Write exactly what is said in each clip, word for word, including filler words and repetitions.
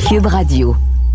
Cube Radio.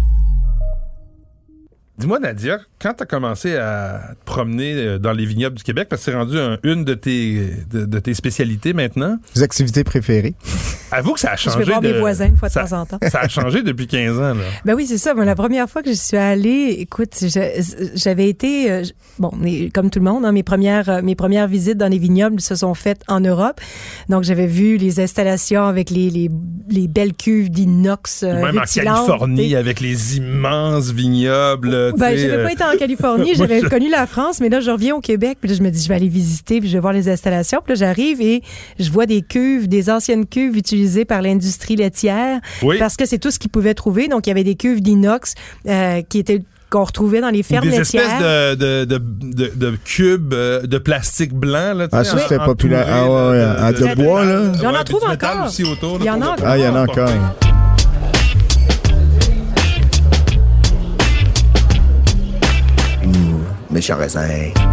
Dis-moi, Nadia, quand tu as commencé à te promener dans les vignobles du Québec, parce que c'est rendu un, une de tes, de, de tes spécialités maintenant. Vos activités préférées? Avoue que ça a changé. Je vais voir de, mes voisins une fois de ça, temps en temps. Ça a changé depuis quinze ans, là. Ben oui, c'est ça. Moi, la première fois que je suis allée, écoute, je, j'avais été, euh, bon, mais, comme tout le monde, hein, mes premières, mes premières visites dans les vignobles se sont faites en Europe. Donc, j'avais vu les installations avec les, les, les belles cuves d'inox. Euh, Même en Californie, t'sais. Avec les immenses vignobles. Ben, j'avais euh... pas été en Californie, j'avais je... connu la France, mais là, je reviens au Québec, puis là, je me dis, je vais aller visiter, puis je vais voir les installations. Puis là, j'arrive et je vois des cuves, des anciennes cuves utilisées par l'industrie laitière, oui. Parce que c'est tout ce qu'ils pouvaient trouver. Donc, il y avait des cuves d'inox euh, qui étaient qu'on retrouvait dans les fermes des laitières. Des espèces de, de, de, de, de cubes de plastique blanc. Là, ah, ça, c'était populaire. Ah ouais, de, de, de bois, là. Il y en en trouve encore. Aussi autour, il y en a encore. Ah, il y en a encore. Mmh, méchant raisin.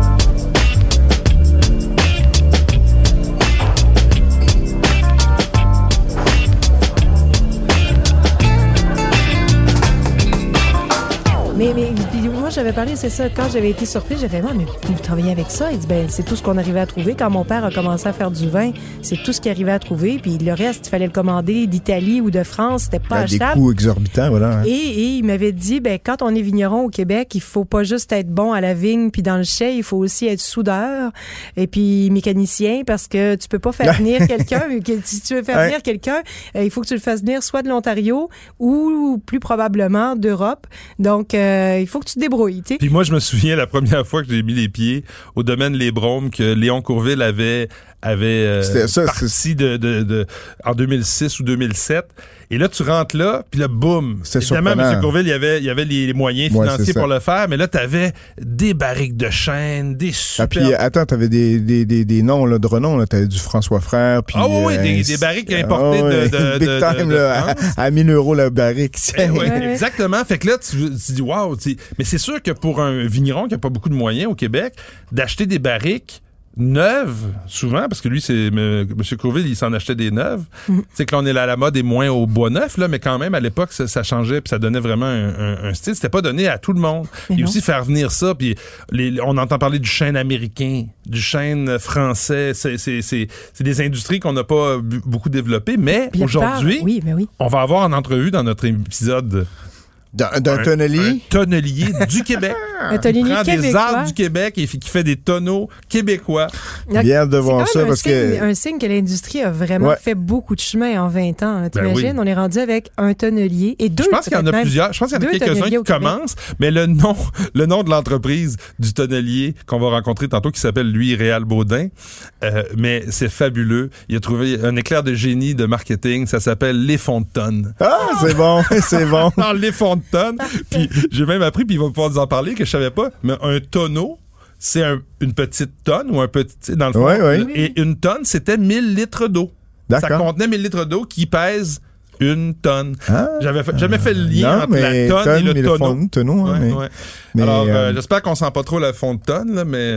Mais, mais puis moi, j'avais parlé, c'est ça, quand j'avais été surprise, j'avais dit, mais vous travaillez avec ça? Il dit, ben c'est tout ce qu'on arrivait à trouver. Quand mon père a commencé à faire du vin, c'est tout ce qu'il arrivait à trouver. Puis le reste, il fallait le commander d'Italie ou de France. C'était pas achetable. Des coûts exorbitants, voilà. Hein. Et, et il m'avait dit, ben quand on est vigneron au Québec, il faut pas juste être bon à la vigne puis dans le chai, il faut aussi être soudeur et puis mécanicien parce que tu peux pas faire venir quelqu'un. Si tu veux faire venir quelqu'un, il faut que tu le fasses venir soit de l'Ontario ou plus probablement d'Europe. Donc, euh, Euh, il faut que tu te débrouilles. T'sais. Puis moi, je me souviens la première fois que j'ai mis les pieds au domaine Les Bromes que Léon Courville avait avait euh, ça, parti de, de, de en deux mille six ou deux mille sept. Et là, tu rentres là, puis là, boum. Évidemment, M. Courville, il y avait, il y avait les moyens financiers ouais, pour le faire, mais là, t'avais des barriques de chêne, des super... Ah, puis attends, t'avais des, des, des, des noms là, de renom, là. T'avais du François Frère, puis... Ah oui, euh, des, des barriques importées oh, de, de, Big de, time, de, de, là, de à, à mille euros la barrique. Eh oui, exactement. Fait que là, tu, tu dis, waouh, mais c'est sûr que pour un vigneron qui n'a pas beaucoup de moyens au Québec, d'acheter des barriques neuves, souvent, parce que lui, c'est M. Courville, il s'en achetait des neuves. Mm-hmm. C'est que là, on est là à la mode et moins au bois neuf, là, mais quand même, à l'époque, ça, ça changeait puis ça donnait vraiment un, un, un style. C'était pas donné à tout le monde. Mais et non. Aussi faire venir ça, puis les, on entend parler du chêne américain, du chêne français. C'est, c'est, c'est, c'est des industries qu'on n'a pas bu- beaucoup développées, mais puis aujourd'hui, oui, mais oui. on va avoir en entrevue dans notre épisode... D'un, d'un un, tonnelier? Un tonnelier du Québec. Un tonnelier qui prend québécois. Des arbres du Québec et qui fait des tonneaux québécois. Bien de voir ça parce signe, que... un signe que l'industrie a vraiment ouais. fait beaucoup de chemin en vingt ans. Hein, t'imagines? Ben oui. On est rendu avec un tonnelier et deux. Je pense qu'il y en a plusieurs. Je pense qu'il y en a quelques-uns qui commencent, mais le nom, le nom de l'entreprise du tonnelier qu'on va rencontrer tantôt qui s'appelle, lui, Réal Baudin. Euh, mais c'est fabuleux. Il a trouvé un éclair de génie de marketing. Ça s'appelle Les Fonds de tonne. Ah, c'est bon, c'est bon. Non, Les Fonds de tonne. Puis j'ai même appris, puis il va pouvoir nous en parler, que je savais pas, mais un tonneau, c'est un, une petite tonne ou un petit, dans le fond. Ouais, ouais. Et une tonne, c'était mille litres d'eau. D'accord. Ça contenait mille litres d'eau qui pèsent une tonne. Ah, J'avais fait, jamais fait le lien non, entre la tonne, tonne et le tonneau. Le fond, tonneau hein, ouais, mais, ouais. mais, Alors, euh, euh, j'espère qu'on sent pas trop la fond de tonne, là, mais...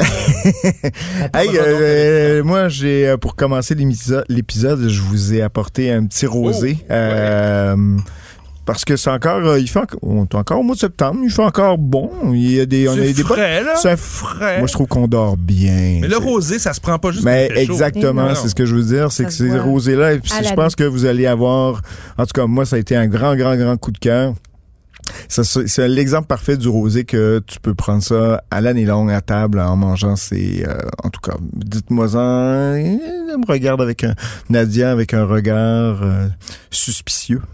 hey, euh, moi, j'ai pour commencer l'épisode, l'épisode, je vous ai apporté un petit rosé. Oh, euh, ouais. Parce que c'est encore, il fait encore, on est encore au mois de septembre, il fait encore bon. Il y a des, on c'est a des frais, là. C'est frais. Moi, je trouve qu'on dort bien. Mais le rosé, ça se prend pas juste. Mais quand il fait exactement, chaud. c'est ce que je veux dire, c'est ça que ces rosés-là, et puis je pense que vous allez avoir, en tout cas, moi, ça a été un grand, grand, grand coup de cœur. Ça, c'est l'exemple parfait du rosé que tu peux prendre ça à l'année longue à table en mangeant. C'est, euh, en tout cas, dites-moi-en. Elle me regarde avec un Nadia avec un regard euh, suspicieux.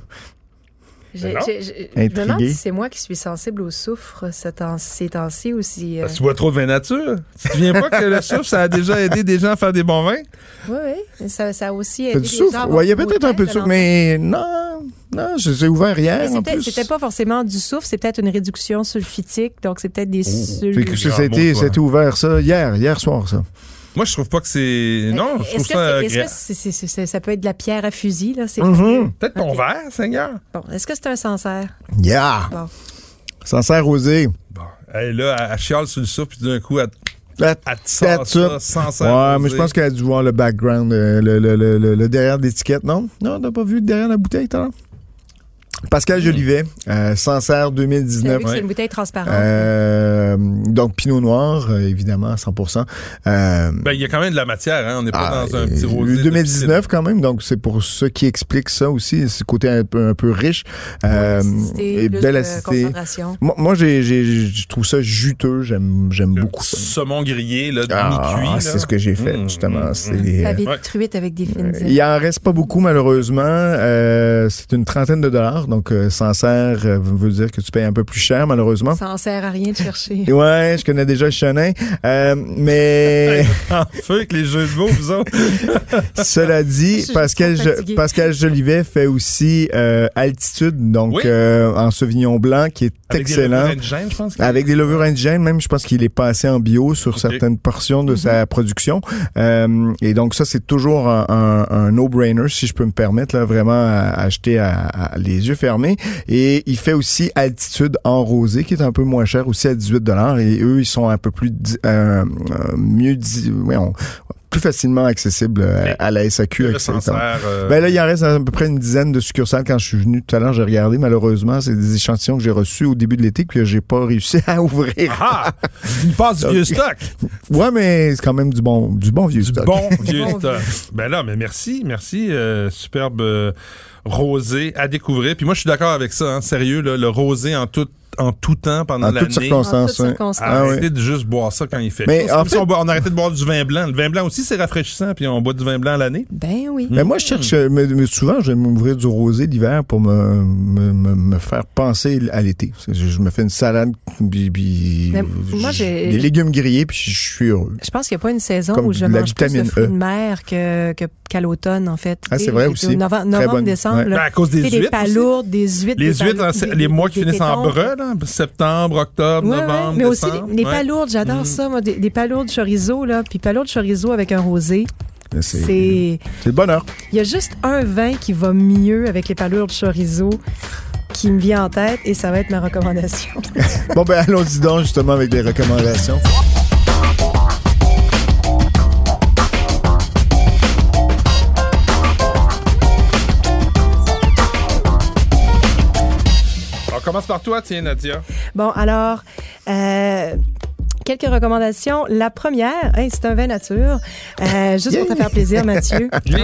J'ai, j'ai, j'ai, je me demande si c'est moi qui suis sensible au soufre ces temps-ci ou si... Euh... Tu bois trop de vin nature. Tu te souviens pas que le soufre, ça a déjà aidé des gens à faire des bons vins? Oui, oui. Ça, ça a aussi aidé du des soufre. gens à Oui, il y a peut-être un peu de soufre, mais non, non, je les ai ouvert hier en plus. C'était pas forcément du soufre, c'est peut-être une réduction sulfitique, donc c'est peut-être des... Oh. Sul... C'était, c'était ouvert ça hier, hier soir, ça. Moi, je trouve pas que c'est... Non, je trouve est-ce ça... Que est-ce que c'est, c'est, c'est, ça peut être de la pierre à fusil, là? C'est mm-hmm. Peut-être ton okay. verre, Seigneur. Bon, est-ce que c'est un Sancerre? Yeah! Bon. Sancerre rosé. Bon. Elle, là, elle chiale sur le souffle, puis d'un coup, elle... Elle te sort ça, Sancerre ouais, rosé. Mais je pense qu'elle a dû voir le background, le, le, le, le, le derrière d'étiquette, non? Non, t'as pas vu le derrière la bouteille, t'as Pascal Jolivet, euh, Sancerre deux mille dix-neuf. C'est une bouteille transparente. Euh, donc, Pinot Noir, euh, évidemment, à cent pour cent. Euh, ben, il y a quand même de la matière, hein. On n'est pas ah, dans un petit rosé. deux mille dix-neuf, quand même. Donc, c'est pour ça qui explique ça aussi. Ce côté un peu, un peu riche. Euh, acidité, et belle acidité. Moi, moi j'ai, j'ai, je trouve ça juteux. J'aime, j'aime Le beaucoup ça. Saumon grillé, là, ah, mi-cuit. C'est là. ce que j'ai fait, mmh, justement. Mmh, c'est, mmh. euh, Avec truite avec des fines ailes. Il en reste pas beaucoup, malheureusement. Euh, c'est une trentaine de dollars. Donc, euh, Sancerre euh, veut dire que tu payes un peu plus cher, malheureusement. Ça en sert à rien de chercher. Ouais, je connais déjà le chenin. Euh, mais... En feu avec les jeux de mots, vous autres. Cela dit, Pascal, Je, Pascal Jolivet fait aussi euh, Altitude, donc oui. euh, en Sauvignon blanc, qui est avec excellent. Des indigènes, je pense avec des levures indigènes, même, je pense qu'il est passé en bio sur okay. certaines portions de mm-hmm. sa production. Euh, et donc, ça, c'est toujours un, un, un no-brainer, si je peux me permettre, là, vraiment à, à acheter à, à les yeux fermés. Et il fait aussi Altitude en rosé, qui est un peu moins cher, aussi à dix-huit dollars. Et eux, ils sont un peu plus euh, mieux dit, ouais, on, plus facilement accessible euh, à la S A Q. Avec Sancerre, euh... Ben là, il en reste à peu près une dizaine de succursales. Quand je suis venu tout à l'heure, j'ai regardé. Malheureusement, c'est des échantillons que j'ai reçus au début de l'été que j'ai pas réussi à ouvrir. Ah! Il passe du vieux stock! Ouais, mais c'est quand même du bon, du bon vieux du stock. bon vieux stock. Ben là, mais merci, merci. Euh, superbe euh, rosé à découvrir. Puis moi, je suis d'accord avec ça. Hein, sérieux, là, le rosé en tout en tout temps pendant en l'année. Toutes circonstances, en toutes circonstances. Arrêtez ah, oui. de juste boire ça quand il fait mais chaud. en Comme fait, si on, boit, on arrêtait de boire du vin blanc. Le vin blanc aussi, c'est rafraîchissant, puis on boit du vin blanc l'année. Ben oui. Mais mmh. moi, je cherche, mais, mais souvent, je vais m'ouvrir du rosé l'hiver pour me, me, me, me faire penser à l'été. Je, je me fais une salade, puis, puis moi, j'ai... des légumes grillés, puis je suis heureux. Je pense qu'il n'y a pas une saison comme où je mange plus de fruits de mer que, que, qu'à l'automne, en fait. Ah, c'est vrai aussi. Novembre, novembre décembre. Ouais. Ben, à cause des huîtres. Des palourdes, des huîtres. Les des huîtres, palourdes, les des, mois des, qui finissent en brun, là, septembre, octobre, ouais, novembre, ouais, mais décembre. aussi les, les ouais. palourdes, j'adore mmh. ça, moi, des, des palourdes chorizo, là, puis palourdes chorizo avec un rosé. C'est, c'est... c'est le bonheur. Il y a juste un vin qui va mieux avec les palourdes chorizo qui me vient en tête et ça va être ma recommandation. Bon, ben allons-y donc justement avec les recommandations. On commence par toi, tiens, Nadia. Bon, alors... Euh, quelques recommandations. La première, hey, c'est un vin nature. Euh, juste yeah. pour te faire plaisir, Mathieu. Yeah.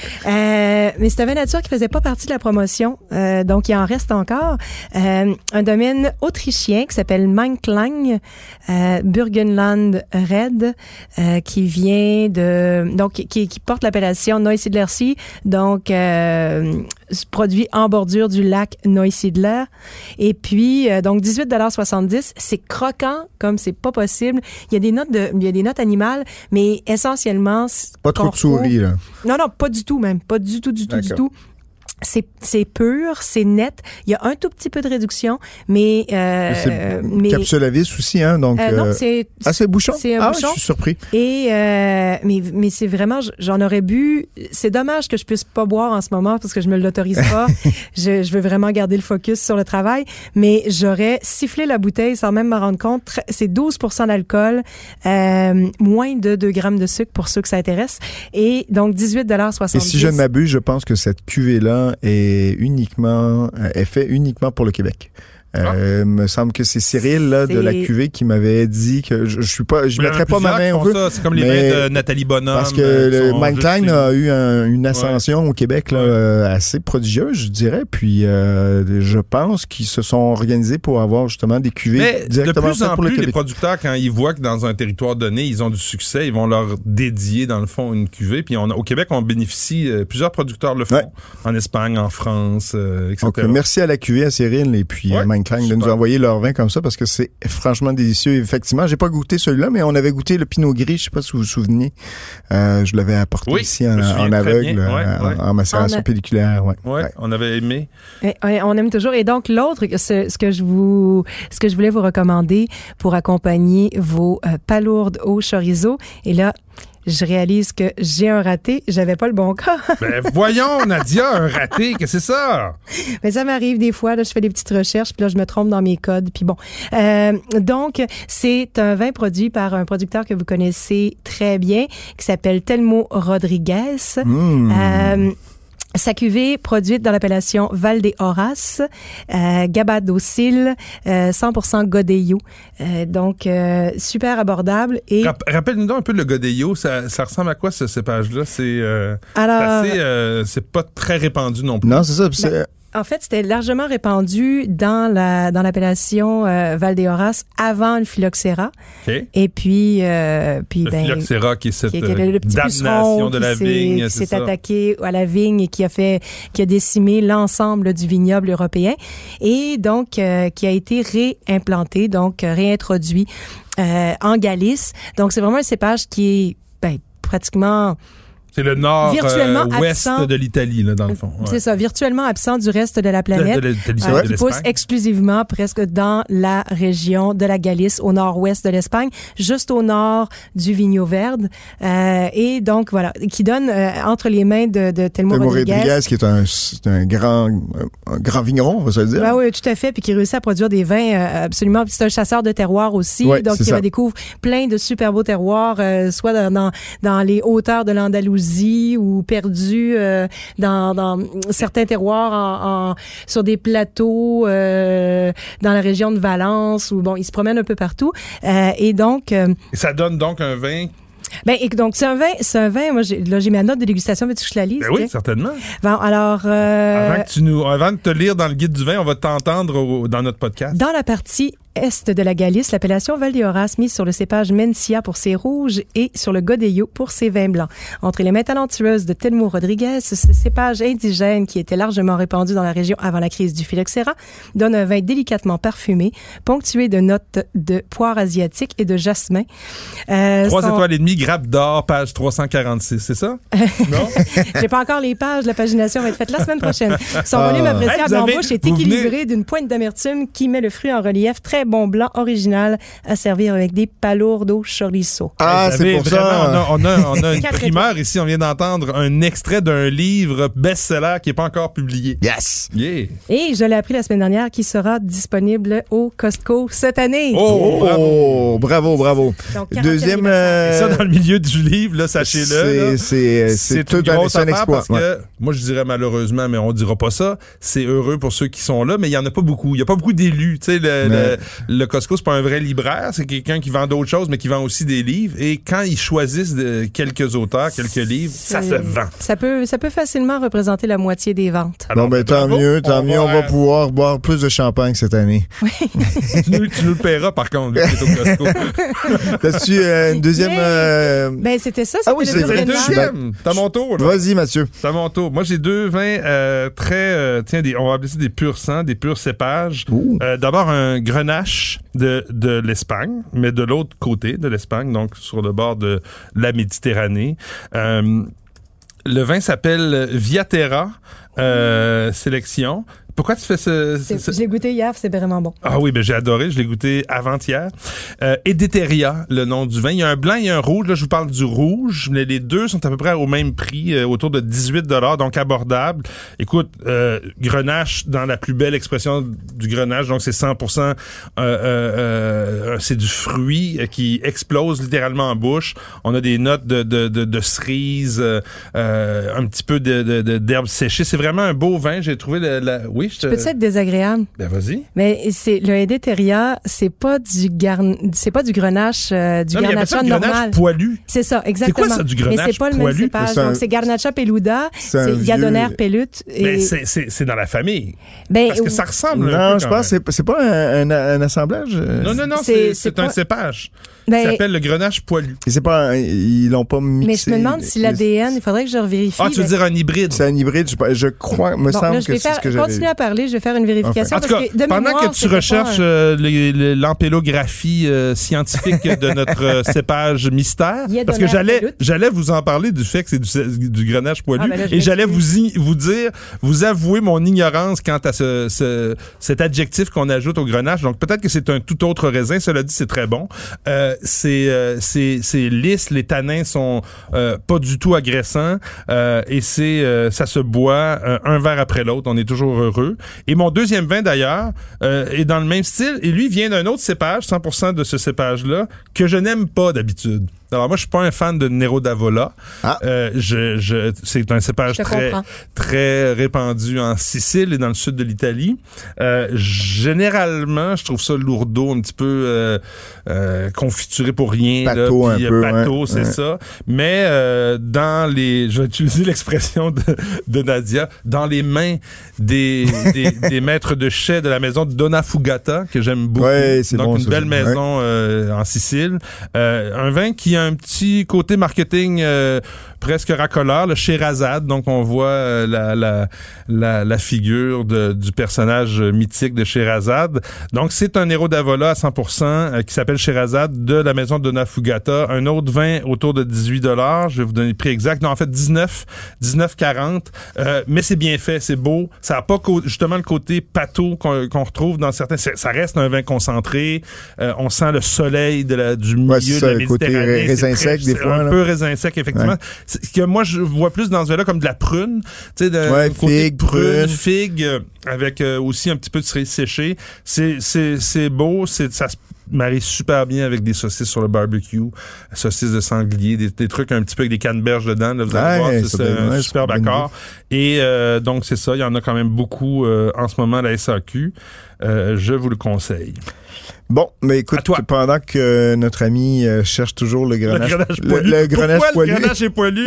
Euh, mais c'est un vin nature qui faisait pas partie de la promotion. Euh, donc, il en reste encore. Euh, un domaine autrichien qui s'appelle Manklang, euh, Burgenland Red, euh, qui vient de... Donc, qui, qui porte l'appellation Neusiedlersee. Donc, euh, produit en bordure du lac Neusiedler. Et puis, euh, donc, dix-huit dollars soixante-dix. C'est croquant, comme c'est pas possible. Il y a des notes de, il y a des notes animales, mais essentiellement... Pas trop de souris, là. Non, non, pas du tout, même. Pas du tout, du tout, D'accord. du tout. C'est, c'est pur, c'est net. Il y a un tout petit peu de réduction, mais... Euh, c'est mais capsule à vis aussi, hein? Donc, euh, non, c'est... Ah, c'est bouchon? C'est un ah, bouchon. Je suis surpris. Et, euh, mais, mais c'est vraiment... J'en aurais bu... C'est dommage que je puisse pas boire en ce moment parce que je me l'autorise pas. je, je veux vraiment garder le focus sur le travail, mais j'aurais sifflé la bouteille sans même me rendre compte. C'est douze pour cent d'alcool, euh, moins de deux grammes de sucre pour ceux que ça intéresse, et donc dix-huit dollars soixante-dix. Et si je ne m'abuse, je pense que cette cuvée-là est uniquement, est fait uniquement pour le Québec. Euh, ah. me semble que c'est Cyril là, de la cuvée qui m'avait dit que je, je suis pas, je mettrais pas ma main au feu. C'est comme les vins de Nathalie Bonhomme. Parce que le Manklang a eu un, une ascension ouais. au Québec là, ouais. assez prodigieuse, je dirais. Puis euh, je pense qu'ils se sont organisés pour avoir justement des cuvées Mais directement de plus en pour plus, le Québec. Les producteurs, quand ils voient que dans un territoire donné, ils ont du succès, ils vont leur dédier dans le fond une cuvée. Puis on a, au Québec, on bénéficie, euh, plusieurs producteurs le font, ouais. en Espagne, en France, euh, et cetera. Donc, merci à la cuvée, à Cyril et puis ouais. à Manklang de nous envoyer leur vin comme ça parce que c'est franchement délicieux. Effectivement, j'ai pas goûté celui-là, mais on avait goûté le Pinot Gris. Je sais pas si vous vous souvenez. Euh, je l'avais apporté oui, ici en, en aveugle, ouais, en, ouais. en macération a... pelliculaire. Ouais. Ouais, ouais, on avait aimé. Ouais, on aime toujours. Et donc l'autre, ce, ce que je vous, ce que je voulais vous recommander pour accompagner vos euh, palourdes au chorizo. Et là. Je réalise que j'ai un raté. J'avais pas le bon cas. Ben voyons, Nadia, un raté, qu'est-ce que c'est ça? Mais ça m'arrive des fois. Là, je fais des petites recherches, puis là, je me trompe dans mes codes. Puis bon, euh, donc c'est un vin produit par un producteur que vous connaissez très bien, qui s'appelle Telmo Rodriguez. Mmh. Euh, Sa cuvée produite dans l'appellation Val des Horaces, euh, Gabadocil, euh, cent pour cent Godello. Euh, donc, euh, super abordable. Et Rapp- Rappelle-nous donc un peu le Godello. Ça, ça ressemble à quoi, ce cépage-là? C'est, euh, Alors, c'est, assez, euh, c'est pas très répandu non plus. Non, c'est ça. Puis c'est- Ben, en fait, c'était largement répandu dans la dans l'appellation euh, Val des Horaces avant le phylloxéra. OK. Et puis, euh, puis Le ben, phylloxéra, qui est cette qui était le, le petit damnation puceron de qui la s'est- vigne, qui c'est s'est ça. attaqué à la vigne et qui a fait, qui a décimé l'ensemble du vignoble européen et donc euh, qui a été réimplanté, donc euh, réintroduit euh, en Galice. Donc c'est vraiment un cépage qui est ben, pratiquement C'est le nord virtuellement euh, ouest absent. de l'Italie, là, dans le fond. Ouais. C'est ça, virtuellement absent du reste de la De, de, planète. de l'Italie, Euh, de qui pousse l'Espagne. exclusivement presque dans la région de la Galice, au nord-ouest de l'Espagne, juste au nord du Vigno Verde. Euh, et donc, voilà, qui donne euh, entre les mains de, de Telmo Telmo Rodriguez. Rodriguez, qui est un, c'est un grand, un grand vigneron, on va se le dire. Ben oui, tout à fait, puis qui réussit à produire des vins euh, absolument. Puis c'est un chasseur de terroirs aussi, Ouais, donc c'est il ça. redécouvre plein de super beaux terroirs, euh, soit dans, dans dans les hauteurs de l'Andalousie ou perdus euh, dans, dans certains terroirs en, en, sur des plateaux euh, dans la région de Valence, où bon, il se promène un peu partout. Euh, et donc, euh, Et ça donne donc un vin. ben et donc c'est un vin, c'est un vin. Moi, j'ai, là j'ai ma note de dégustation, veux-tu que je la lise? Ben oui, tiens? certainement. Bon, alors. Euh, Avant, que tu nous, avant de te lire dans le guide du vin, on va t'entendre au- dans notre podcast. Dans la partie est de la Galice, l'appellation Val des Horaces mise sur le cépage Mencia pour ses rouges et sur le Godello pour ses vins blancs. Entre les mains talentueuses de Telmo Rodriguez, ce cépage indigène qui était largement répandu dans la région avant la crise du phylloxéra donne un vin délicatement parfumé, ponctué de notes de poire asiatique et de jasmin. Euh, Trois son- étoiles et demie, grappe d'or, page trois cent quarante-six, c'est ça? Non? J'ai pas encore les pages, la pagination va être faite la semaine prochaine. Son Ah. volume Hey, appréciable vous en avez- bouche est vous venez- équilibré d'une pointe d'amertume qui met le fruit en relief. Très bon blanc original à servir avec des palourdes chorizo. Ah, Vous c'est avez pour vraiment- ça. On a, on a, on a une Quatre primeur ici. On vient d'entendre un extrait d'un livre best-seller qui n'est pas encore publié. Yes! Yeah! Et je l'ai appris la semaine dernière qui sera disponible au Costco cette année. Oh, bravo. Oh, bravo, bravo. Donc, quarantième Deuxième, anniversaire. Et ça, euh, dans le milieu du livre, là, sachez-le. c'est, là, c'est, c'est C'est tout une un, grosse c'est un affaire exploit. parce que, moi, je dirais malheureusement, mais on dira pas ça. C'est heureux pour ceux qui sont là, mais il y en a pas beaucoup. Il y a pas beaucoup d'élus. Tu sais, le, Ouais. le, le Costco, c'est pas un vrai libraire. C'est quelqu'un qui vend d'autres choses, mais qui vend aussi des livres. Et quand ils choisissent de, quelques auteurs, quelques livres, ça se C'est- vend. Ça peut, ça peut facilement représenter la moitié des ventes. Alors, Bon, ben, tant bravo. mieux, tant On mieux. On va euh, pouvoir boire plus de champagne cette année. tu, nous, tu nous le paieras, par contre, lui, qui est au Costco. T'as-tu euh, une deuxième... Yeah. euh, Ben, c'était ça. Ah C'était oui, le c'est pur C'est le vrai. Grenland. deuxième. C'est à mon tour, là. Vas-y, Mathieu. C'est à mon tour. Moi, j'ai deux vins euh, très, euh, tiens, des, on va appeler ça des purs sang, des purs cépages. Ouh. Euh, D'abord, un grenache de, de l'Espagne, mais de l'autre côté de l'Espagne, donc sur le bord de la Méditerranée. Euh, le vin s'appelle Viaterra euh, Sélection. Pourquoi tu fais ce... ce- C'est- ce- Je l'ai goûté hier, c'est vraiment bon. Ah oui, ben j'ai adoré. Je l'ai goûté avant-hier. Euh, Edeteria, le nom du vin. Il y a un blanc et un rouge. Là, je vous parle du rouge. Mais les deux sont à peu près au même prix, euh, autour de dix-huit dollars, donc abordable. Écoute, euh, Grenache dans la plus belle expression du Grenache. Donc, c'est cent pour cent euh, euh, euh, c'est du fruit euh, qui explose littéralement en bouche. On a des notes de, de, de, de cerises, euh, euh, un petit peu de, de, de- d'herbes séchées. C'est vraiment un beau vin. J'ai trouvé la... la... Oui, je te... Peut-être être désagréable. Ben, vas-y. Mais c'est le Edeteria, c'est pas du garn, c'est pas du grenache, euh, du Non, mais il y avait ça, garnacha le grenache normal. poilu. C'est ça, exactement. quoi ça, du Mais grenache c'est pas le poilu? même cépage. C'est un- Donc c'est garnacha peluda, C'est un c'est vieux- Yadoner pelut. Et Mais c'est, c'est, c'est dans la famille. ben, Parce que ça ressemble un Non, peu je quand pense que c'est, c'est pas un, un, un assemblage. euh, même. Non, non, non, c'est- c'est, c'est c'est pas- un cépage. ben, Ça s'appelle le grenache poilu. C'est pas, un- ils l'ont pas mixé. mais je me demande si l'A D N, il faudrait que je revérifie. Ah, tu veux ben, dire un hybride? C'est un hybride, je, je crois, me bon, semble là, je que vais c'est faire, ce que j'avais continuer vu. à parler, je vais faire une vérification. En tout parce cas, que de pendant mémoire, que tu c'était recherches pas un- euh, les- les- l'ampélographie euh, scientifique de notre euh, cépage mystère, Il y a parce que Donner j'allais, Pelut. j'allais vous en parler du fait que c'est du, du grenache poilu, Ah, ben là, je et j'allais m'excuse. vous, y- vous dire, vous avouer mon ignorance quant à ce, ce- cet adjectif qu'on ajoute au grenache. Donc peut-être que c'est un tout autre raisin. Cela dit, c'est très bon. Euh, c'est, euh, c'est, c'est lisse. Les tanins sont euh, pas du tout agressants euh, et c'est, euh, ça se boit euh, un verre après l'autre. On est toujours heureux. Et mon deuxième vin d'ailleurs euh, est dans le même style et lui vient d'un autre cépage, cent pour cent de ce cépage-là que je n'aime pas d'habitude. Alors moi, je suis pas un fan de Nero d'Avola. Ah. Euh, je, je, c'est un cépage très, très répandu en Sicile et dans le sud de l'Italie. Euh, généralement, je trouve ça lourdeau, un petit peu euh, euh, confituré pour rien. Pâteau là, un puis, peu. Pâteau, ouais, c'est ouais. ça. Mais euh, dans les... Je vais utiliser l'expression de, de Nadia. Dans les mains des, des, des maîtres de chais de la maison de Donna Fugata, que j'aime beaucoup. Ouais, c'est Donc, bon, une ça, belle c'est... maison ouais. euh, en Sicile. Euh, un vin qui a un petit côté marketing euh, presque racoleur, le Sherazade. Donc, on voit euh, la, la, la, la figure de, du personnage mythique de Sherazade. Donc, c'est un Nero d'Avola à cent pour cent euh, qui s'appelle Sherazade de la maison de Donna Fugata. Un autre vin autour de dix-huit dollars. Je vais vous donner le prix exact. Non, en fait, dix-neuf, dix-neuf quarante. Euh, mais c'est bien fait, c'est beau. Ça n'a pas co- justement le côté pâteau qu'on, qu'on retrouve dans certains... C'est, ça reste un vin concentré. Euh, on sent le soleil de la, du milieu ouais, de ça, la Méditerranée. Côté raisin sec, des fois. Un là. peu raisin sec, effectivement. Ouais. C'est que moi, je vois plus dans ce vin-là comme de la prune. Tu sais, de ouais, côté figue, prune, prune. figue, euh, avec euh, aussi un petit peu de cerises séchées. C'est, c'est, c'est beau, c'est, ça se marie super bien avec des saucisses sur le barbecue, saucisses de sanglier, des, des trucs un petit peu avec des canneberges dedans. Là, vous allez ouais, voir, c'est, c'est un ouais, superbe accord. Et euh, donc, c'est ça. Il y en a quand même beaucoup euh, en ce moment à la S A Q. Euh, je vous le conseille. Bon, mais écoute, pendant que notre ami euh, cherche toujours le grenache, le grenache poilu, le, le grenache pourquoi poilu? le grenache est poilu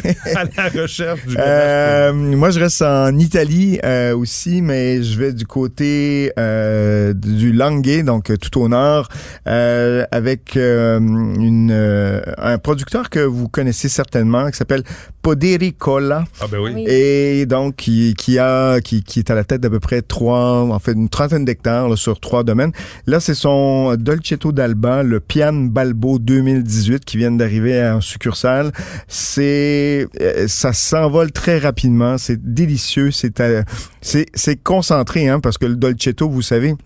à la recherche du grenache euh, poilu. Moi, je reste en Italie euh, aussi, mais je vais du côté euh, du Langhe, donc tout au nord, euh, avec euh, une euh, un producteur que vous connaissez certainement, qui s'appelle Podericola. Ah ben oui. oui. Et donc qui qui a qui qui est à la tête d'à peu près trois, en fait une trentaine d'hectares là, sur trois domaines. Là, c'est son Dolcetto d'Alba, le Pian Balbo deux mille dix-huit qui vient d'arriver en succursale. C'est ça s'envole très rapidement, c'est délicieux, c'est c'est c'est concentré hein parce que le Dolcetto, vous savez,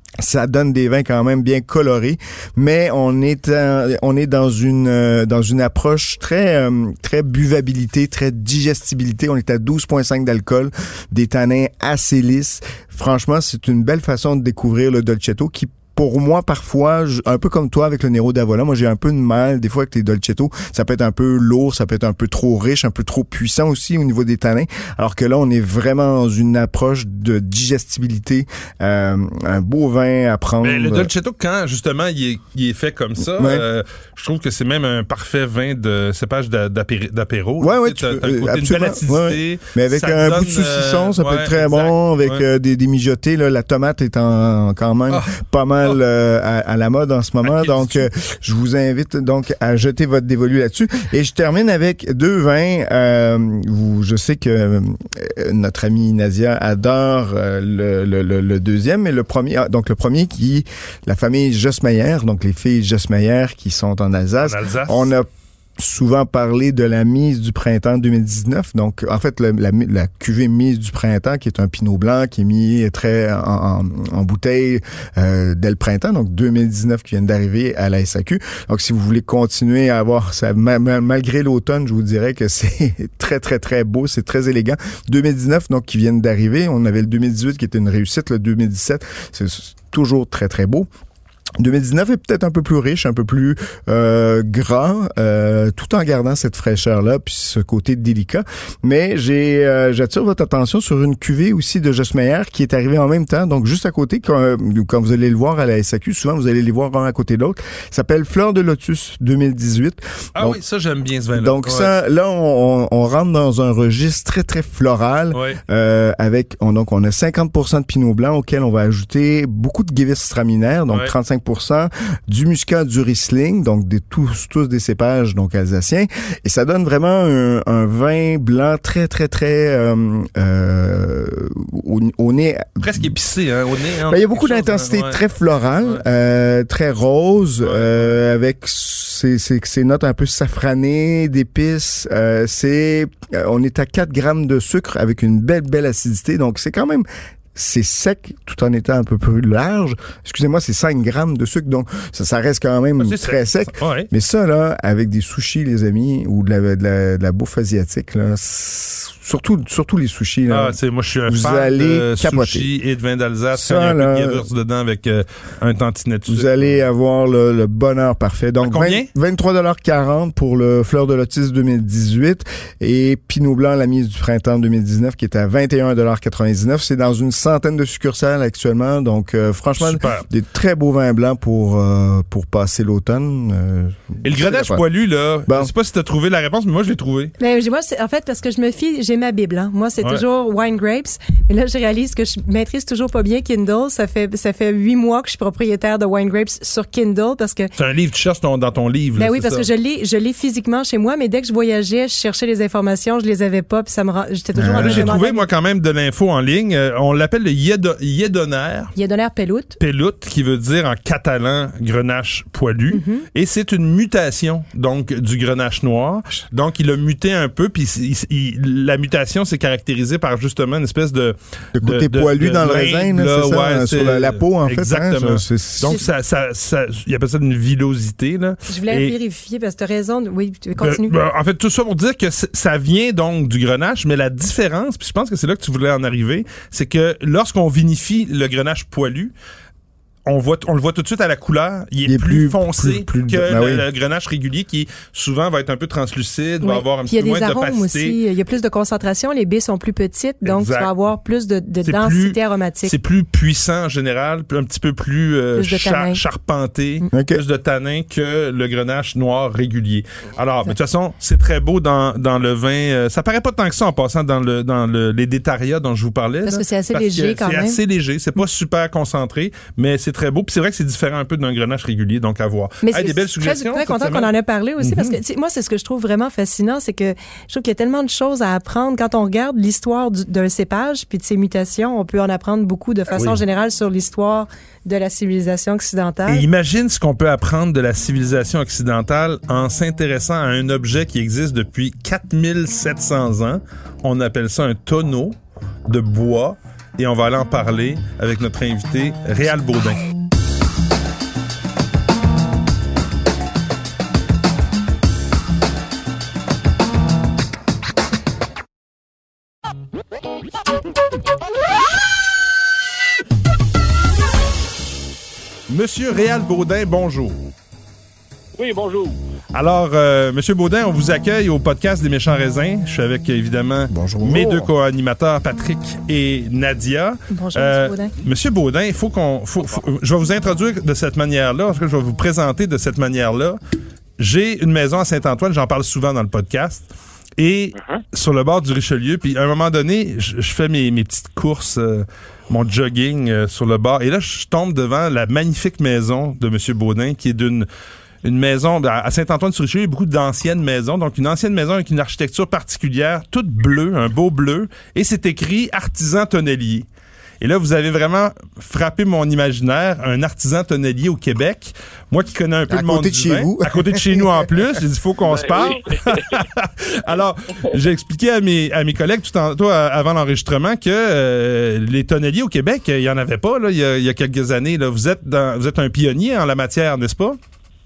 ça donne des vins quand même bien colorés, mais on est en, on est dans une euh, dans une approche très euh, très buvabilité, très digestibilité. On est à douze virgule cinq d'alcool, des tanins assez lisses. Franchement, c'est une belle façon de découvrir le Dolcetto qui, pour moi, parfois, je, un peu comme toi avec le Nero d'Avola, moi j'ai un peu de mal des fois avec les Dolcetto. Ça peut être un peu lourd, ça peut être un peu trop riche, un peu trop puissant aussi au niveau des tanins. Alors que là, on est vraiment dans une approche de digestibilité, euh, un beau vin à prendre. Mais le Dolcetto, quand justement il est, il est fait comme ça, ouais. euh, je trouve que c'est même un parfait vin de cépage d'apéro. d'apéro ouais, ouais, tu as, t'as un côté, une belle acidité. Ouais. Mais avec un donne, bout de saucisson, ça euh, peut ouais, être très exact, bon. Avec ouais. euh, des, des mijotés, là, la tomate est en, quand même oh. pas mal Euh, à, à la mode en ce moment. Okay, donc, euh, je vous invite donc à jeter votre dévolu là-dessus. Et je termine avec deux vins. Euh, vous, je sais que euh, notre amie Nadia adore euh, le, le, le deuxième, mais le premier, ah, donc le premier qui, la famille Jossmeyer, donc les filles Jossmeyer qui sont en Alsace. En Alsace. On a souvent parlé de la mise du printemps deux mille dix-neuf. Donc, en fait, le, la, la cuvée mise du printemps, qui est un pinot blanc, qui est mis très en, en, en bouteille euh, dès le printemps, donc deux mille dix-neuf qui vient d'arriver à la S A Q. Donc, si vous voulez continuer à avoir ça, ma, ma, malgré l'automne, je vous dirais que c'est très, très, très beau, c'est très élégant. deux mille dix-neuf, donc, qui viennent d'arriver. On avait le deux mille dix-huit qui était une réussite, le deux mille dix-sept, c'est toujours très, très beau. deux mille dix-neuf est peut-être un peu plus riche, un peu plus euh, gras, euh, tout en gardant cette fraîcheur-là, puis ce côté délicat. Mais j'ai euh, j'attire votre attention sur une cuvée aussi de Jossmeyer qui est arrivée en même temps, donc juste à côté, quand, quand vous allez le voir à la S A Q, souvent vous allez les voir un à côté de l'autre. Ça s'appelle Fleur de Lotus deux mille dix-huit. Ah donc, oui, ça j'aime bien ce vin-là. Donc ouais. ça, là, on, on rentre dans un registre très, très floral, ouais. euh, avec, on, donc on a cinquante pour cent de pinot blanc auquel on va ajouter beaucoup de gewürztraminer, donc ouais. trente-cinq pour cent du muscat, du riesling, donc des, tous, tous des cépages donc alsaciens, et ça donne vraiment un, un vin blanc très très très euh, euh, au, au nez presque épicé, hein, au nez. Hein, ben, il y a beaucoup d'intensité, ouais. très florale, ouais. euh, très rose, ouais. euh, avec ces, ces, ces notes un peu safranées, d'épices. Euh, c'est, euh, on est à quatre grammes de sucre avec une belle belle acidité, donc c'est quand même c'est sec tout en étant un peu plus large. Excusez-moi, c'est cinq grammes de sucre, donc ça, ça reste quand même ah, très sec. sec. Ouais. Mais ça, là, avec des sushis, les amis, ou de la, de la, de la bouffe asiatique, là, surtout, surtout les sushis. Là. Ah, c'est, moi, je suis un vous fan allez de capoter. sushis et de vin d'Alsace. Ça, quand il y a un là, peu de Gewürz dedans avec euh, un tantinet de sucre. Vous allez avoir le, le bonheur parfait. Donc, combien? vingt-trois dollars quarante pour le Fleur de Lotus deux mille dix-huit et Pinot Blanc, la mise du printemps deux mille dix-neuf qui est à vingt et un dollars quatre-vingt-dix-neuf. C'est dans une centaine de succursales actuellement. Donc, euh, franchement, Super. Des très beaux vins blancs pour, euh, pour passer l'automne. Euh, et le Grenache poilu, là, bon. je sais pas si t'as trouvé la réponse, mais moi, je l'ai trouvé. Ben, moi, c'est, en fait, parce que je me fie, j'ai ma Bible, hein. Moi, c'est ouais. toujours Wine Grapes. Mais là, je réalise que je maîtrise toujours pas bien Kindle. Ça fait, ça fait huit mois que je suis propriétaire de Wine Grapes sur Kindle parce que. C'est un livre, tu cherches ton, dans ton livre. Ben là, oui, parce ça. que je l'ai, je l'ai physiquement chez moi, mais dès que je voyageais, je cherchais les informations, je les avais pas, puis ça me rend, j'étais toujours euh, en train de J'ai demander. trouvé, moi, quand même, de l'info en ligne. Euh, on l'appelle le Yédoner. Yédoner Pellout. Pellout, qui veut dire en catalan grenache poilu. Mm-hmm. Et c'est une mutation, donc, du grenache noir. Donc, il a muté un peu, puis il, il, la mutation s'est caractérisée par justement une espèce de... Le côté de, poilu de, dans de le raisin, là, c'est ça, ouais, sur la, la peau, en exactement. fait. Hein, ça, c'est, donc, ça, ça, ça, il appelle ça une villosité, là. Je voulais et, vérifier, parce que tu as raison. Oui, continue. Ben, ben, en fait, tout ça pour dire que ça vient donc du grenache, mais la différence, puis je pense que c'est là que tu voulais en arriver, c'est que lorsqu'on vinifie le grenache poilu, on voit, on le voit tout de suite à la couleur. Il est, il est plus, plus foncé plus, plus, que ben le, oui. le grenache régulier qui souvent va être un peu translucide, oui. va avoir un petit peu moins d'opacité. Aussi. Il y a plus de concentration. Les baies sont plus petites, donc exact. Tu vas avoir plus de, de densité plus, aromatique. C'est plus puissant en général, un petit peu plus, euh, plus char, charpenté, mm. okay. plus de tanin que le grenache noir régulier. Alors, de toute façon, c'est très beau dans, dans le vin. Euh, ça paraît pas tant que ça en passant dans le dans le, les détarias dont je vous parlais. Parce là, que c'est assez léger quand c'est même. C'est assez léger. C'est pas mm. super concentré, mais c'est très beau. Puis c'est vrai que c'est différent un peu d'un grenache régulier, donc à voir. Mais hey, des belles suggestions. Je suis très content qu'on en ait parlé aussi, mm-hmm. parce que moi, c'est ce que je trouve vraiment fascinant, c'est que je trouve qu'il y a tellement de choses à apprendre. Quand on regarde l'histoire du, d'un cépage puis de ses mutations, on peut en apprendre beaucoup de façon oui. générale sur l'histoire de la civilisation occidentale. Et imagine ce qu'on peut apprendre de la civilisation occidentale en s'intéressant à un objet qui existe depuis quatre mille sept cents ans. On appelle ça un tonneau de bois. Et on va aller en parler avec notre invité, Réal Baudin. Monsieur Réal Baudin, bonjour. Oui, bonjour. Alors, euh, Monsieur Baudin, on vous accueille au podcast des Méchants Raisins. Je suis avec, évidemment, bonjour. mes deux co-animateurs, Patrick et Nadia. Bonjour, euh, Monsieur Baudin. Monsieur Baudin, il faut qu'on... Faut, faut, je vais vous introduire de cette manière-là. En tout cas, je vais vous présenter de cette manière-là. J'ai une maison à Saint-Antoine, j'en parle souvent dans le podcast. Et uh-huh. sur le bord du Richelieu, puis à un moment donné, je, je fais mes, mes petites courses, euh, mon jogging euh, sur le bord. Et là, je tombe devant la magnifique maison de Monsieur Baudin, qui est d'une... une maison, à Saint-Antoine-sur-Richelieu, il y a beaucoup d'anciennes maisons. Donc, une ancienne maison avec une architecture particulière, toute bleue, un beau bleu. Et c'est écrit « Artisan tonnelier ». Et là, vous avez vraiment frappé mon imaginaire, un artisan tonnelier au Québec. Moi qui connais un peu à le monde côté de du chez vin, vous. à côté de chez nous en plus, j'ai dit, il faut qu'on ben se parle. Oui. Alors, j'ai expliqué à mes, à mes collègues tout tantôt avant l'enregistrement que euh, les tonneliers au Québec, il n'y en avait pas là, il, y a, il y a quelques années. Là. Vous êtes dans, vous êtes un pionnier en la matière, n'est-ce pas?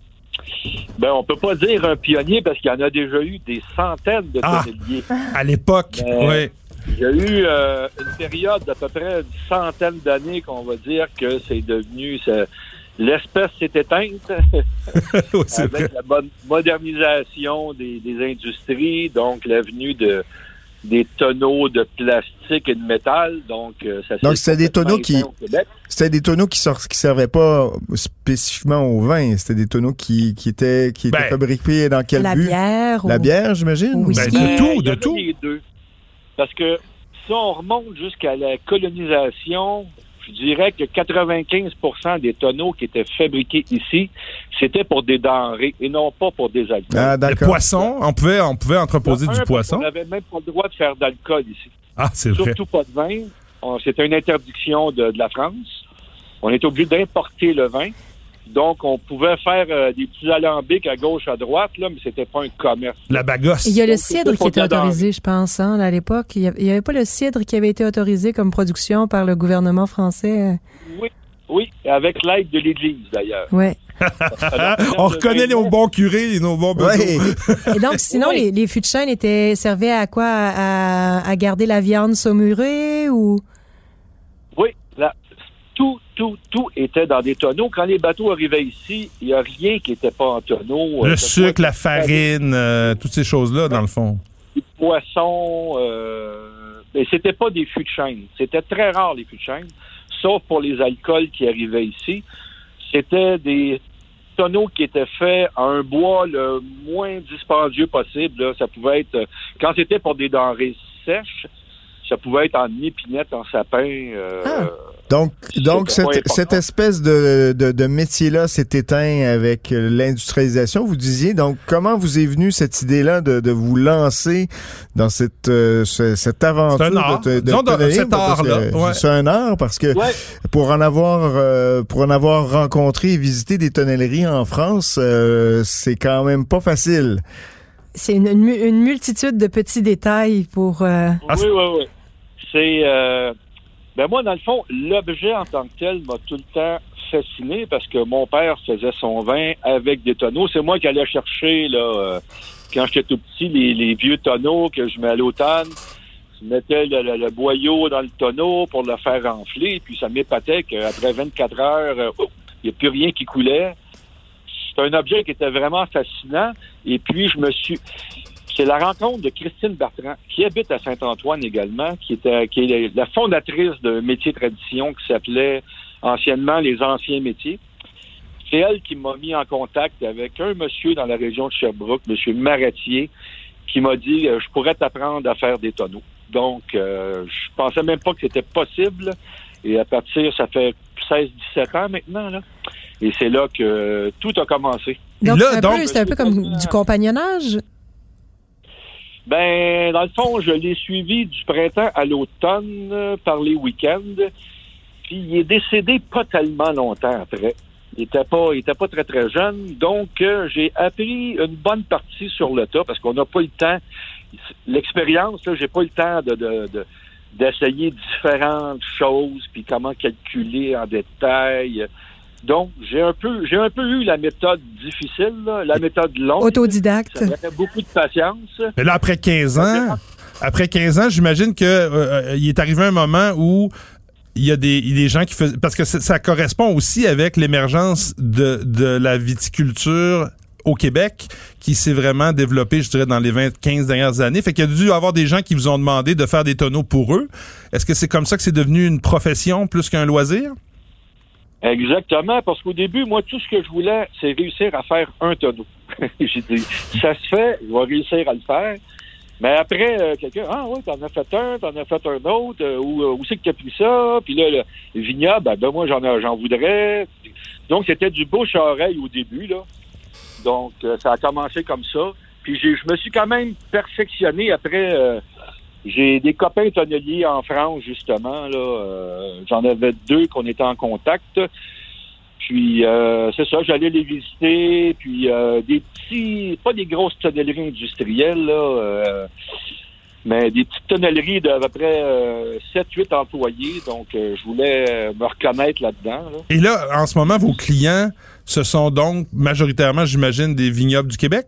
Ben, on peut pas dire un pionnier parce qu'il y en a déjà eu des centaines de ah, tonneliers. À l'époque, oui. Il y a eu euh, une période d'à peu près une centaine d'années qu'on va dire que c'est devenu... Ça, l'espèce s'est éteinte oui, avec vrai. La bonne modernisation des, des industries, donc l'avenue de des tonneaux de plastique et de métal, donc euh, ça. Donc c'était des tonneaux qui, c'était des tonneaux qui sort, qui servaient pas spécifiquement au vin, c'était des tonneaux qui qui étaient qui étaient ben, fabriqués dans quel la but? Bière, la bière, j'imagine. Ben, de tout, de tout. Les deux. Parce que si on remonte jusqu'à la colonisation, je dirais que quatre-vingt-quinze pour cent des tonneaux qui étaient fabriqués ici, c'était pour des denrées et non pas pour des alcools. Ah, d'accord. Les poissons, on pouvait, on pouvait entreposer non, du un, poisson. On n'avait même pas le droit de faire d'alcool ici. Ah, c'est vrai. Surtout pas de vin. On, c'était une interdiction de, de la France. On était obligé d'importer le vin. Donc, on pouvait faire euh, des petits alambics à gauche, à droite, là, mais c'était pas un commerce. La bagosse. Il y a le cidre qui était autorisé, je pense, hein, à l'époque. Il n'y avait pas le cidre qui avait été autorisé comme production par le gouvernement français. Oui, Oui, avec l'aide de l'Église, d'ailleurs. Oui. On reconnaît nos bons curés et nos bons bateaux. Ouais. Et donc, sinon, oui. les, les fûts de chêne étaient, servaient à quoi? À, à garder la viande saumurée ou? Oui, là, tout, tout, tout était dans des tonneaux. Quand les bateaux arrivaient ici, il n'y a rien qui n'était pas en tonneau. Le sucre, la farine, euh, toutes ces choses-là, dans le fond. Les poissons, euh, mais c'était pas des fûts de chêne. C'était très rare, les fûts de chêne, sauf pour les alcools qui arrivaient ici. C'était des tonneaux qui étaient faits à un bois le moins dispendieux possible. Là. Ça pouvait être, quand c'était pour des denrées sèches, ça pouvait être en épinette, en sapin. Euh, ah. Donc, donc cette, cette espèce de, de, de métier-là s'est éteint avec l'industrialisation, vous disiez. Donc, comment vous est venue cette idée-là de, de vous lancer dans cette, euh, ce, cette aventure? C'est un art. De, de, de Disons, de, cet art-là. Ouais. C'est un art parce que ouais. pour en avoir euh, pour en avoir rencontré et visité des tonnelleries en France, euh, c'est quand même pas facile. C'est une, une, une multitude de petits détails pour... Euh... Oui, oui, oui. C'est... Euh... Ben moi, dans le fond, l'objet en tant que tel m'a tout le temps fasciné parce que mon père faisait son vin avec des tonneaux. C'est moi qui allais chercher, là, euh, quand j'étais tout petit, les, les vieux tonneaux que je mets à l'automne. Je mettais le, le, le boyau dans le tonneau pour le faire enfler, puis ça m'épatait qu'après vingt-quatre heures, il euh, n'y a plus rien qui coulait. C'est un objet qui était vraiment fascinant. Et puis, je me suis... C'est la rencontre de Christine Bertrand, qui habite à Saint-Antoine également, qui était qui est la fondatrice d'un métier tradition qui s'appelait anciennement les anciens métiers. C'est elle qui m'a mis en contact avec un monsieur dans la région de Sherbrooke, monsieur Maratier, qui m'a dit euh, « Je pourrais t'apprendre à faire des tonneaux ». Donc, euh, je pensais même pas que c'était possible. Et à partir, ça fait seize dix-sept ans maintenant, là. Et c'est là que tout a commencé. Donc, là, c'est un, donc, peu, c'est un peu comme du compagnonnage? Ben, dans le fond, je l'ai suivi du printemps à l'automne euh, par les week-ends. Puis il est décédé pas tellement longtemps après. Il était pas, il était pas très très jeune. Donc euh, j'ai appris une bonne partie sur le tas parce qu'on n'a pas eu le temps. L'expérience, là, j'ai pas eu le temps de, de, de d'essayer différentes choses puis comment calculer en détail. Donc, j'ai un peu j'ai un peu eu la méthode difficile, là, la méthode longue. Autodidacte. Ça avait beaucoup de patience. Mais là, après quinze ans, après quinze ans, j'imagine que euh, il est arrivé un moment où il y a des, des gens qui faisaient... Parce que ça correspond aussi avec l'émergence de, de la viticulture au Québec qui s'est vraiment développée, je dirais, dans les vingt quinze dernières années. Fait qu'il y a dû y avoir des gens qui vous ont demandé de faire des tonneaux pour eux. Est-ce que c'est comme ça que c'est devenu une profession plus qu'un loisir? Exactement, parce qu'au début, moi, tout ce que je voulais, c'est réussir à faire un tonneau. J'ai dit, ça se fait, je vais réussir à le faire. Mais après, euh, quelqu'un, ah oui, t'en as fait un, t'en as fait un autre, euh, où, où c'est que t'as pris ça? Puis là, le, le vignoble, ben, ben moi, j'en, j'en voudrais. Donc, c'était du bouche à oreille au début, là. Donc, euh, ça a commencé comme ça. Puis j'ai, je me suis quand même perfectionné après... Euh, J'ai des copains tonneliers en France, justement. Là, euh, j'en avais deux qu'on était en contact. Puis, euh, c'est ça, j'allais les visiter. Puis, euh, des petits... Pas des grosses tonnelleries industrielles, là, euh, mais des petites tonnelleries d'à peu près euh, sept huit employés. Donc, euh, je voulais me reconnaître là-dedans. Là. Et là, en ce moment, vos clients, ce sont donc majoritairement, j'imagine, des vignobles du Québec?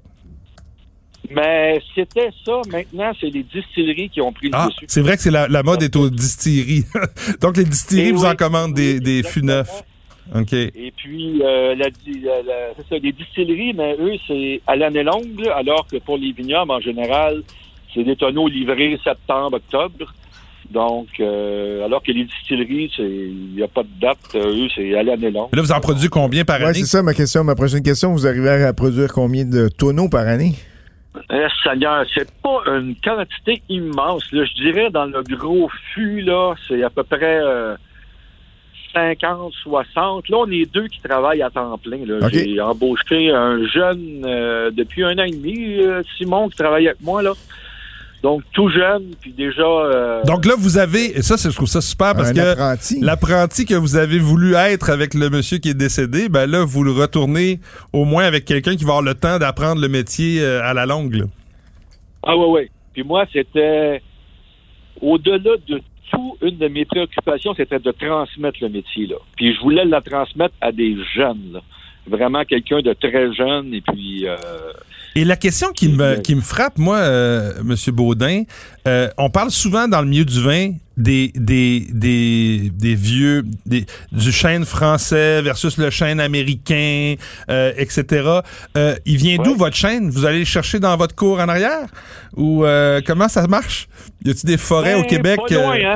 Mais c'était ça. Maintenant, c'est les distilleries qui ont pris le ah, dessus. C'est vrai que c'est la, la mode est aux distilleries. Donc, les distilleries Et vous oui, en commandent des, oui, des fûts neufs. OK. Et puis, euh, la, la, la, c'est ça, les distilleries, mais eux, c'est à l'année longue, alors que pour les vignobles, en général, c'est des tonneaux livrés septembre, octobre. Donc, euh, alors que les distilleries, il n'y a pas de date. Eux, c'est à l'année longue. Là, vous en produisez combien par ouais, année? C'est ça ma question. Ma prochaine question, vous arrivez à produire combien de tonneaux par année? Eh, Seigneur, c'est pas une quantité immense. Là. Je dirais dans le gros fût, là, c'est à peu près euh, cinquante, soixante. Là, on est deux qui travaillent à temps plein. Là. Okay. J'ai embauché un jeune euh, depuis un an et demi, euh, Simon, qui travaille avec moi, là. Donc, tout jeune, puis déjà... Euh... Donc là, vous avez... Et ça, je trouve ça super, parce un que apprenti. l'apprenti que vous avez voulu être avec le monsieur qui est décédé, ben là, vous le retournez au moins avec quelqu'un qui va avoir le temps d'apprendre le métier à la longue. Là. Ah oui, oui. Puis moi, c'était... Au-delà de surtout, une de mes préoccupations, c'était de transmettre le métier, là. Puis je voulais la transmettre à des jeunes, là. Vraiment quelqu'un de très jeune, et puis... Euh, et la question qui me, qui me frappe, moi, euh, M. Baudin, euh, on parle souvent dans le milieu du vin des, des, des, des vieux, des, du chêne français versus le chêne américain, euh, et cetera. Euh, il vient ouais. d'où votre chêne? Vous allez le chercher dans votre cour en arrière? Ou euh, comment ça marche? Y a-t-il des forêts ben, au Québec? Pas loin, hein?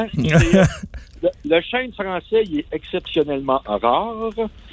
le, le chêne français, il est exceptionnellement rare.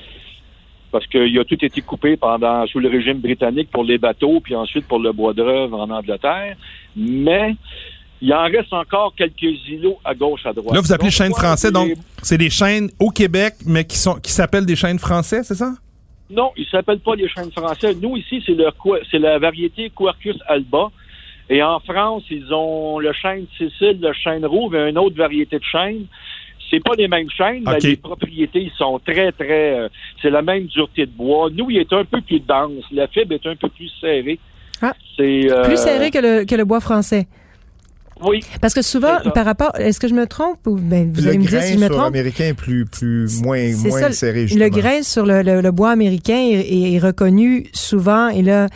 Parce qu'il a tout été coupé pendant sous le régime britannique pour les bateaux, puis ensuite pour le bois d'œuvre en Angleterre. Mais il en reste encore quelques îlots à gauche, à droite. Là, vous appelez chêne français, donc les... c'est des chênes au Québec, mais qui sont qui s'appellent des chênes français, c'est ça? Non, ils s'appellent pas les chênes français. Nous, ici, c'est le c'est la variété Quercus alba. Et en France, ils ont le chêne Sicile, le chêne rouge et une autre variété de chêne. C'est pas les mêmes chênes, okay. mais les propriétés sont très, très... Euh, c'est la même dureté de bois. Nous, il est un peu plus dense. La fibre est un peu plus serrée. Ah, c'est, euh, plus serré que le, que le bois français. Oui. Parce que souvent, par rapport... Est-ce que je me trompe? Ou, ben, vous le allez me dire si je me trompe. Le grain sur l'américain est plus, plus, moins, moins ça, serré, justement. Le grain sur le, le, le bois américain est, est reconnu souvent, et là...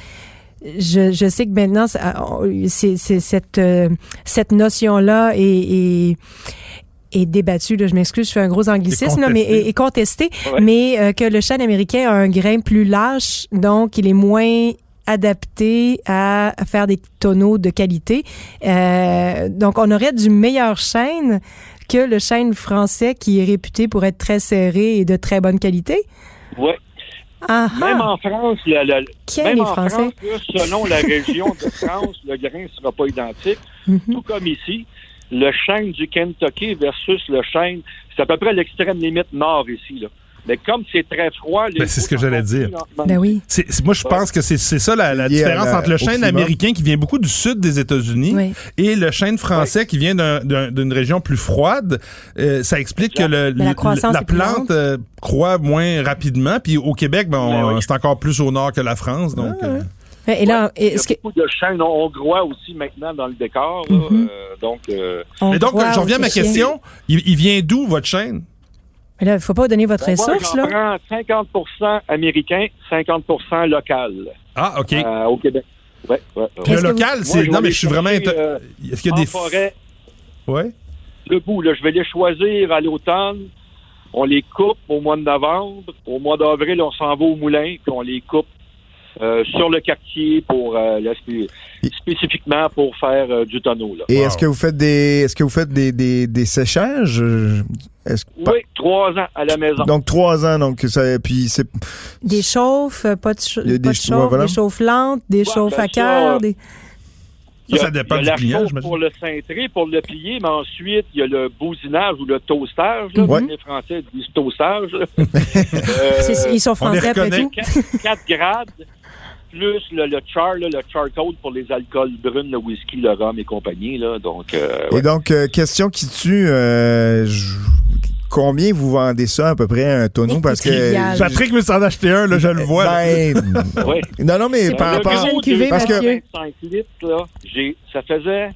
Je, je sais que maintenant, c'est, c'est cette, euh, cette notion-là est... est est débattu, là, je m'excuse, je fais un gros anglicisme, là, mais est, est contesté, ouais. mais euh, que le chêne américain a un grain plus lâche, donc il est moins adapté à, à faire des tonneaux de qualité. Euh, donc on aurait du meilleur chêne que le chêne français qui est réputé pour être très serré et de très bonne qualité. Oui. Ah, même en France, la, la, même en Français? France là, selon la région de France, le grain ne sera pas identique, mm-hmm. tout comme ici. Le chêne du Kentucky versus le chêne, c'est à peu près l'extrême limite nord ici, là. Mais comme c'est très froid... Ben c'est ce que j'allais dire. Ben oui. C'est, c'est, moi, je pense que c'est, c'est ça la, la différence la, entre le chêne américain qui vient beaucoup du sud des États-Unis oui. et le chêne français oui. qui vient d'un, d'un, d'une région plus froide. Euh, ça explique que le, le, la, la plante euh, croît moins rapidement. Puis au Québec, ben, on, oui. c'est encore plus au nord que la France. Donc... Ah, euh, Et là, ouais, il y a beaucoup que... de chênes hongrois aussi maintenant dans le décor. Là, mm-hmm. euh, donc, euh... Mais donc, je reviens à ma question. Il, il vient d'où, votre chêne? Mais là, il ne faut pas donner votre ben ressource, moi, là. Prends cinquante pour cent américain, cinquante pour cent local. Ah, OK. Euh, au Québec. Ouais, ouais, ouais. Le local, vous... c'est... Moi, non, mais je suis vraiment... Inter... Euh, Est-ce qu'il y a des... forêt. Ouais. Debout, là. Je vais les choisir à l'automne. On les coupe au mois de novembre. Au mois d'avril, on s'en va au moulin, puis on les coupe Euh, sur le quartier pour euh, là, spécifiquement pour faire euh, du tonneau. Là. Et wow. est-ce que vous faites des est-ce que vous faites des, des, des séchages? Est-ce que... Oui, trois ans à la maison. Donc trois ans, donc ça puis c'est des chauffes, pas de, ch- des, pas de chauffes, ouais, voilà. des chauffes lentes, des ouais, chauffes ben à cœur, des... Ça, ça, ça dépend il y a du client, la pour le cintrer, pour le plier, mais ensuite, il y a le bousinage ou le toastage. Là, ouais. Les Français disent toastage. euh, c'est, ils sont français après tout. quatre grades, plus le, le char, là, le charcoal pour les alcools bruns, le whisky, le rhum et compagnie. Là, donc, euh, ouais. Et donc, euh, question qui tue... Euh, je... Combien vous vendez ça à peu près un tonneau? Parce que Patrick veut s'en acheter un, là, je le vois. Ben, oui. Non, non, mais c'est par rapport... Parce que vingt-cinq litres, là, j'ai, ça faisait...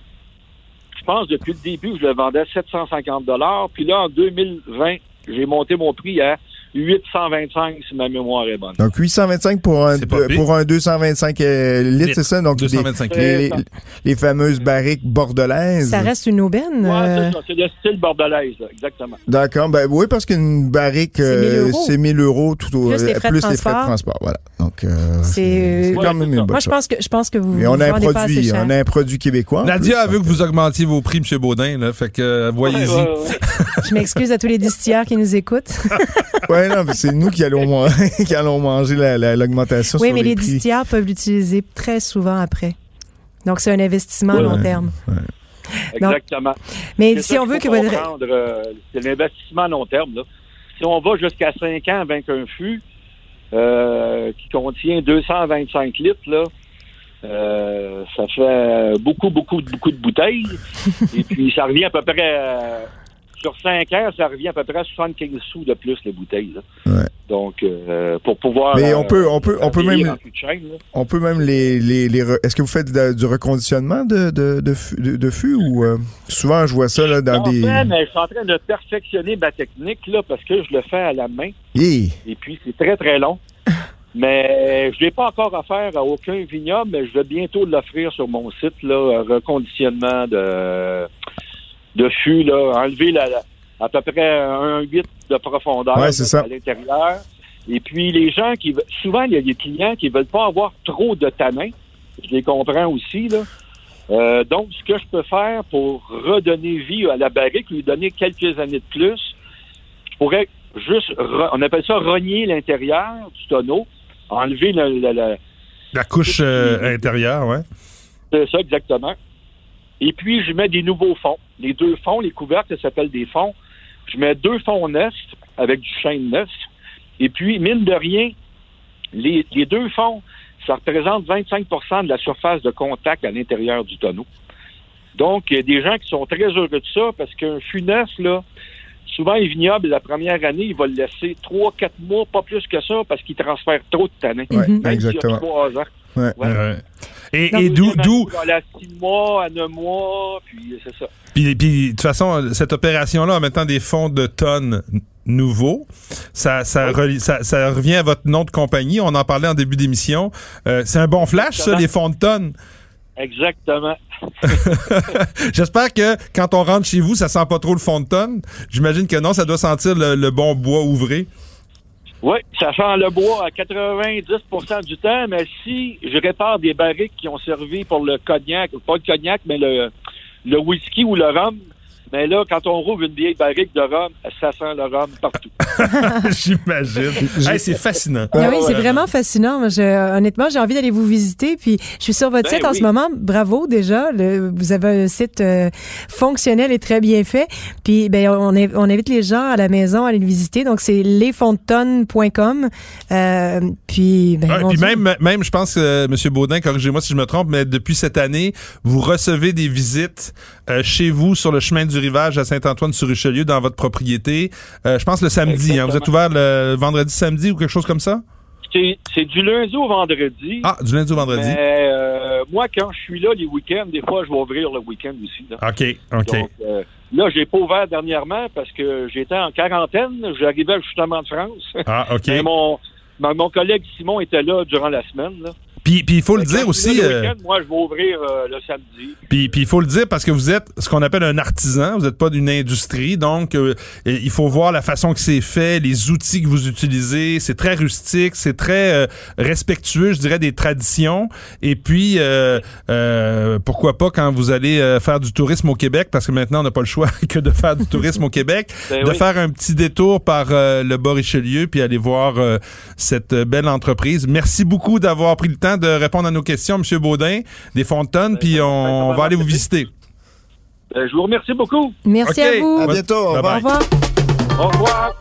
Je pense depuis le début, je le vendais à sept cent cinquante dollars. Puis là, en deux mille vingt, j'ai monté mon prix à huit cent vingt-cinq, si ma mémoire est bonne. Donc, huit cent vingt-cinq pour un, pour un deux cent vingt-cinq euh, litres, litres, c'est ça? Donc, deux cent vingt-cinq les, les, les, les fameuses barriques bordelaises. Ça reste une aubaine. Oui, euh... c'est ça. C'est le style bordelaise, là, exactement. D'accord. Ben oui, parce qu'une barrique, euh, c'est mille euros tout au, plus, les frais, plus de les frais de transport. Voilà. Donc, euh, c'est, c'est, c'est ouais, quand même une bonne Moi, je pense que, je pense que vous, Mais on vous a un vendez produit, pas on a un produit québécois. Nadia a vu que vous augmentiez vos prix, M. Baudin, là. Fait que, euh, voyez-y. Ouais, ouais, ouais. Je m'excuse à tous les distilleurs qui nous écoutent. Oui, non, mais c'est nous qui allons, qui allons manger la, la, l'augmentation oui, sur mais les, les prix. distilleurs peuvent l'utiliser très souvent après. Donc, c'est un investissement ouais, à long ouais, terme. Ouais. Exactement. Mais c'est si on veut que votre... votre... Euh, c'est l'investissement à long terme. Là. Si on va jusqu'à cinq ans avec un fût euh, qui contient deux cent vingt-cinq litres, là, euh, ça fait beaucoup, beaucoup, beaucoup de bouteilles. Et puis, ça revient à peu près... Euh, sur cinq ans, ça revient à peu près à soixante-quinze sous de plus, les bouteilles. Là. Ouais. Donc, euh, pour pouvoir... Mais on peut, on peut, euh, on peut même... chaîne, on peut même les... les, les re... Est-ce que vous faites de, du reconditionnement de, de, de, fûts, de, de fûts ou... Euh, souvent, je vois ça là, dans non, des... Fait, mais je suis en train de perfectionner ma technique là, parce que je le fais à la main. Yeah. Et puis, c'est très, très long. Mais je n'ai pas encore affaire à aucun vignoble, mais je vais bientôt l'offrir sur mon site, là, un reconditionnement de, de fûts, là, enlever la, la, à peu près un huit de profondeur ouais, c'est là, ça. à l'intérieur. Et puis, les gens qui... Souvent, il y a des clients qui veulent pas avoir trop de tanins. Je les comprends aussi, là. Euh, donc, ce que je peux faire pour redonner vie à la barrique, lui donner quelques années de plus, je pourrais juste... Re, on appelle ça rogner l'intérieur du tonneau, enlever la... La, la, la couche euh, intérieure, ouais. C'est ça, exactement. Et puis, je mets des nouveaux fonds. Les deux fonds, les couvercles, ça s'appelle des fonds. Je mets deux fonds neufs avec du chêne neuf. Et puis, mine de rien, les, les deux fonds, ça représente vingt-cinq pour cent de la surface de contact à l'intérieur du tonneau. Donc, il y a des gens qui sont très heureux de ça parce qu'un fût neuf, là, souvent, les vignobles, la première année, ils vont le laisser trois, quatre mois, pas plus que ça, parce qu'ils transfèrent trop de tanins. Ouais, Même exactement. s'il y a trois ans. Ouais. Ouais. Ouais. Et, Donc, et d'où... d'où... On l'a six mois à neuf mois, puis c'est ça. Puis, puis de toute façon, cette opération-là, en mettant des fonds de tonnes nouveaux, ça, ça, oui. relie, ça, ça revient à votre nom de compagnie. On en parlait en début d'émission. Euh, c'est un bon flash, Exactement. ça, les fonds de tonnes. Exactement. J'espère que quand on rentre chez vous, ça sent pas trop le fond de tonne. J'imagine que non, ça doit sentir le, le bon bois ouvré. Oui, ça sent le bois à quatre-vingt-dix pour cent du temps, mais si je répare des barriques qui ont servi pour le cognac, pas le cognac, mais le, le whisky ou le rhum, mais là, quand on rouvre une vieille barrique de rhum, ça sent le rhum partout. J'imagine. Hey, c'est fascinant. Ah oui, c'est vraiment fascinant. Moi, je, honnêtement, j'ai envie d'aller vous visiter. Puis, je suis sur votre ben site oui. en ce moment. Bravo déjà. Le, vous avez un site euh, fonctionnel et très bien fait. Puis, ben, on, est, on invite les gens à la maison à aller le visiter. Donc, c'est les fonds de tonnes point com. Euh, puis, ben, ouais, puis même, même, je pense, euh, M. Baudin, corrigez-moi si je me trompe, mais depuis cette année, vous recevez des visites euh, chez vous sur le chemin du Rivage à Saint-Antoine-sur-Richelieu dans votre propriété. Euh, je pense le samedi. Hein, vous êtes ouvert le vendredi, samedi ou quelque chose comme ça? C'est, c'est du lundi au vendredi. Ah, du lundi au vendredi. Mais euh, moi, quand je suis là les week-ends, des fois, je vais ouvrir le week-end aussi. Là. OK, OK. Donc, euh, là, j'ai pas ouvert dernièrement parce que j'étais en quarantaine. J'arrivais justement de France. Ah, OK. Mais mon, mon collègue Simon était là durant la semaine, là. Puis il faut le dire aussi... Le week-end, euh, moi, je vais ouvrir euh, le samedi. Puis il faut le dire parce que vous êtes ce qu'on appelle un artisan, vous n'êtes pas d'une industrie, donc euh, il faut voir la façon que c'est fait, les outils que vous utilisez, c'est très rustique, c'est très euh, respectueux, je dirais, des traditions. Et puis, euh, euh, pourquoi pas quand vous allez euh, faire du tourisme au Québec, parce que maintenant, on n'a pas le choix que de faire du tourisme au Québec, ben de oui. faire un petit détour par euh, le Bas-Richelieu, puis aller voir euh, cette belle entreprise. Merci beaucoup d'avoir pris le temps de répondre à nos questions, M. Baudin, des fonds de tonnes, puis on, on va aller vous visiter. Euh, je vous remercie beaucoup. Merci okay. à vous. À bientôt. Au revoir. Au revoir. Au revoir.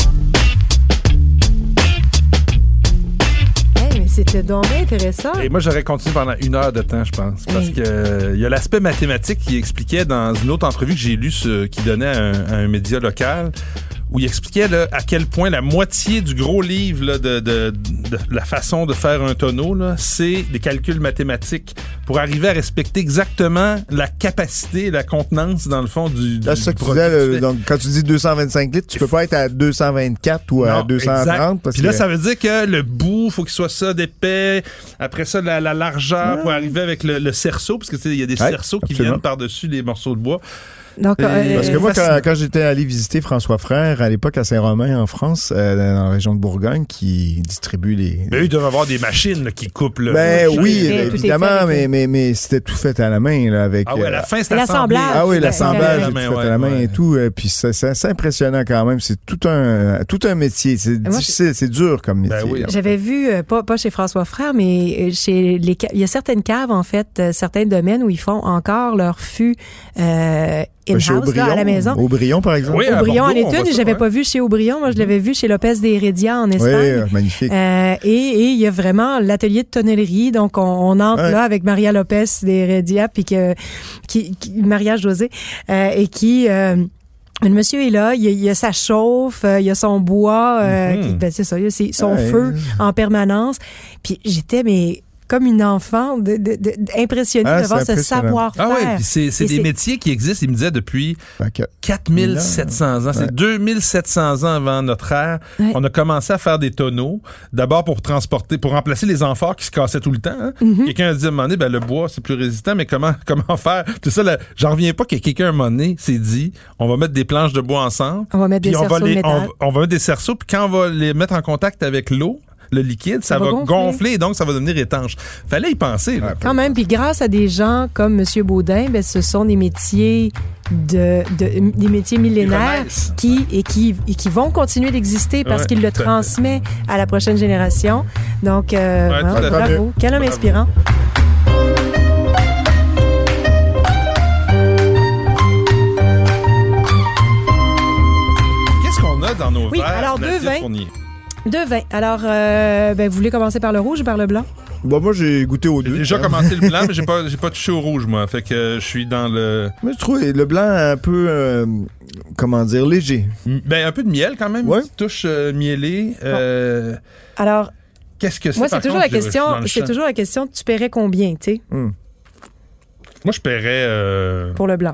Hey, mais c'était donc bien intéressant. Et moi, j'aurais continué pendant une heure de temps, je pense, parce oui. que il euh, y a l'aspect mathématique qui expliquait dans une autre entrevue que j'ai lue, ce, qui donnait à un, à un média local, où il expliquait là, à quel point la moitié du gros livre là, de, de, de la façon de faire un tonneau, là, c'est des calculs mathématiques pour arriver à respecter exactement la capacité, la contenance, dans le fond, du, là, du c'est ça que tu disais, le, donc, quand tu dis deux cent vingt-cinq litres, tu peux pas être à deux cent vingt-quatre ou non, à deux cent trente. Parce Puis là, que... ça veut dire que le bout, faut qu'il soit ça d'épais. Après ça, la, la largeur ouais. pour arriver avec le, le cerceau, parce que il y a des ouais, cerceaux qui absolument. viennent par-dessus les morceaux de bois. Donc, euh, parce que moi, quand, quand j'étais allé visiter François Frère, à l'époque à Saint-Romain, en France, euh, dans la région de Bourgogne, qui distribue les... Mais eux, ils doivent avoir des machines là, qui coupent le... Ben le oui, fait, évidemment, mais, mais, mais c'était tout fait à la main. Là, avec, ah oui, à la fin, c'était l'assemblage. Ah oui, l'assemblage, c'est tout fait ouais, à la main ouais. et tout. Puis c'est, c'est assez impressionnant quand même. C'est tout un, tout un métier. C'est moi, difficile, c'est dur comme métier. Ben oui, j'avais vu, pas, pas chez François Frère, mais chez les il y a certaines caves, en fait, certains domaines où ils font encore leur fût euh, in-house, là, à la maison. Aubryon, par exemple. Oui, Aubryon en est une. J'avais ouais. pas vu chez Aubryon. Moi, je l'avais vu chez Lopez de Heredia en Espagne. Oui, magnifique. Euh, et il y a vraiment l'atelier de tonnellerie. Donc, on, on entre ouais. là avec Maria Lopez de Heredia, puis que, qui, qui, Maria José, euh, et qui... Euh, Mais le monsieur est là, il y a, il y a sa chauffe, euh, il y a son bois, euh, mm-hmm. qui, ben c'est ça, il y a ses, son ouais. feu en permanence. Puis j'étais, mais... comme une enfant, de, de, de, impressionnée ah, de voir ce savoir-faire. Ah oui, puis c'est, c'est des c'est... métiers qui existent, il me disait, depuis quatre mille sept cents ans. Ouais. C'est deux mille sept cents ans avant notre ère. Ouais. On a commencé à faire des tonneaux, d'abord pour transporter, pour remplacer les amphores qui se cassaient tout le temps. Hein. Mm-hmm. Quelqu'un a dit à un moment donné, ben, le bois, c'est plus résistant, mais comment, comment faire? C'est ça, là, j'en reviens pas que quelqu'un, à un moment donné, s'est dit, on va mettre des planches de bois ensemble. On va mettre des cerceaux de métal. On, on va mettre des cerceaux, puis quand on va les mettre en contact avec l'eau, le liquide, ça, ça va, va gonfler. gonfler et donc ça va devenir étanche. Fallait y penser. Là. Quand même, puis grâce à des gens comme M. Baudin, ben, ce sont des métiers de, de des métiers millénaires qui et qui et qui vont continuer d'exister parce ouais, qu'il le transmet à la prochaine génération. Donc, euh, ouais, hein, bravo. Quel homme bravo. Inspirant. Qu'est-ce qu'on a dans nos oui, verres? Alors, deux vins. Deux vins. Alors, euh, ben, vous voulez commencer par le rouge ou par le blanc? Bon, moi, j'ai goûté aux deux. J'ai déjà commencé le blanc, mais j'ai pas, j'ai pas touché au rouge, moi. Fait que euh, je suis dans le... Mais je trouve le blanc un peu, euh, comment dire, léger. Ben, un peu de miel, quand même. Ouais. Une petite touche euh, mielée. Euh, bon. Alors... Qu'est-ce que c'est? Moi, c'est toujours contre, la question, c'est toujours la question, tu paierais combien, tu sais? Hum. Moi, je paierais... Euh... Pour le blanc.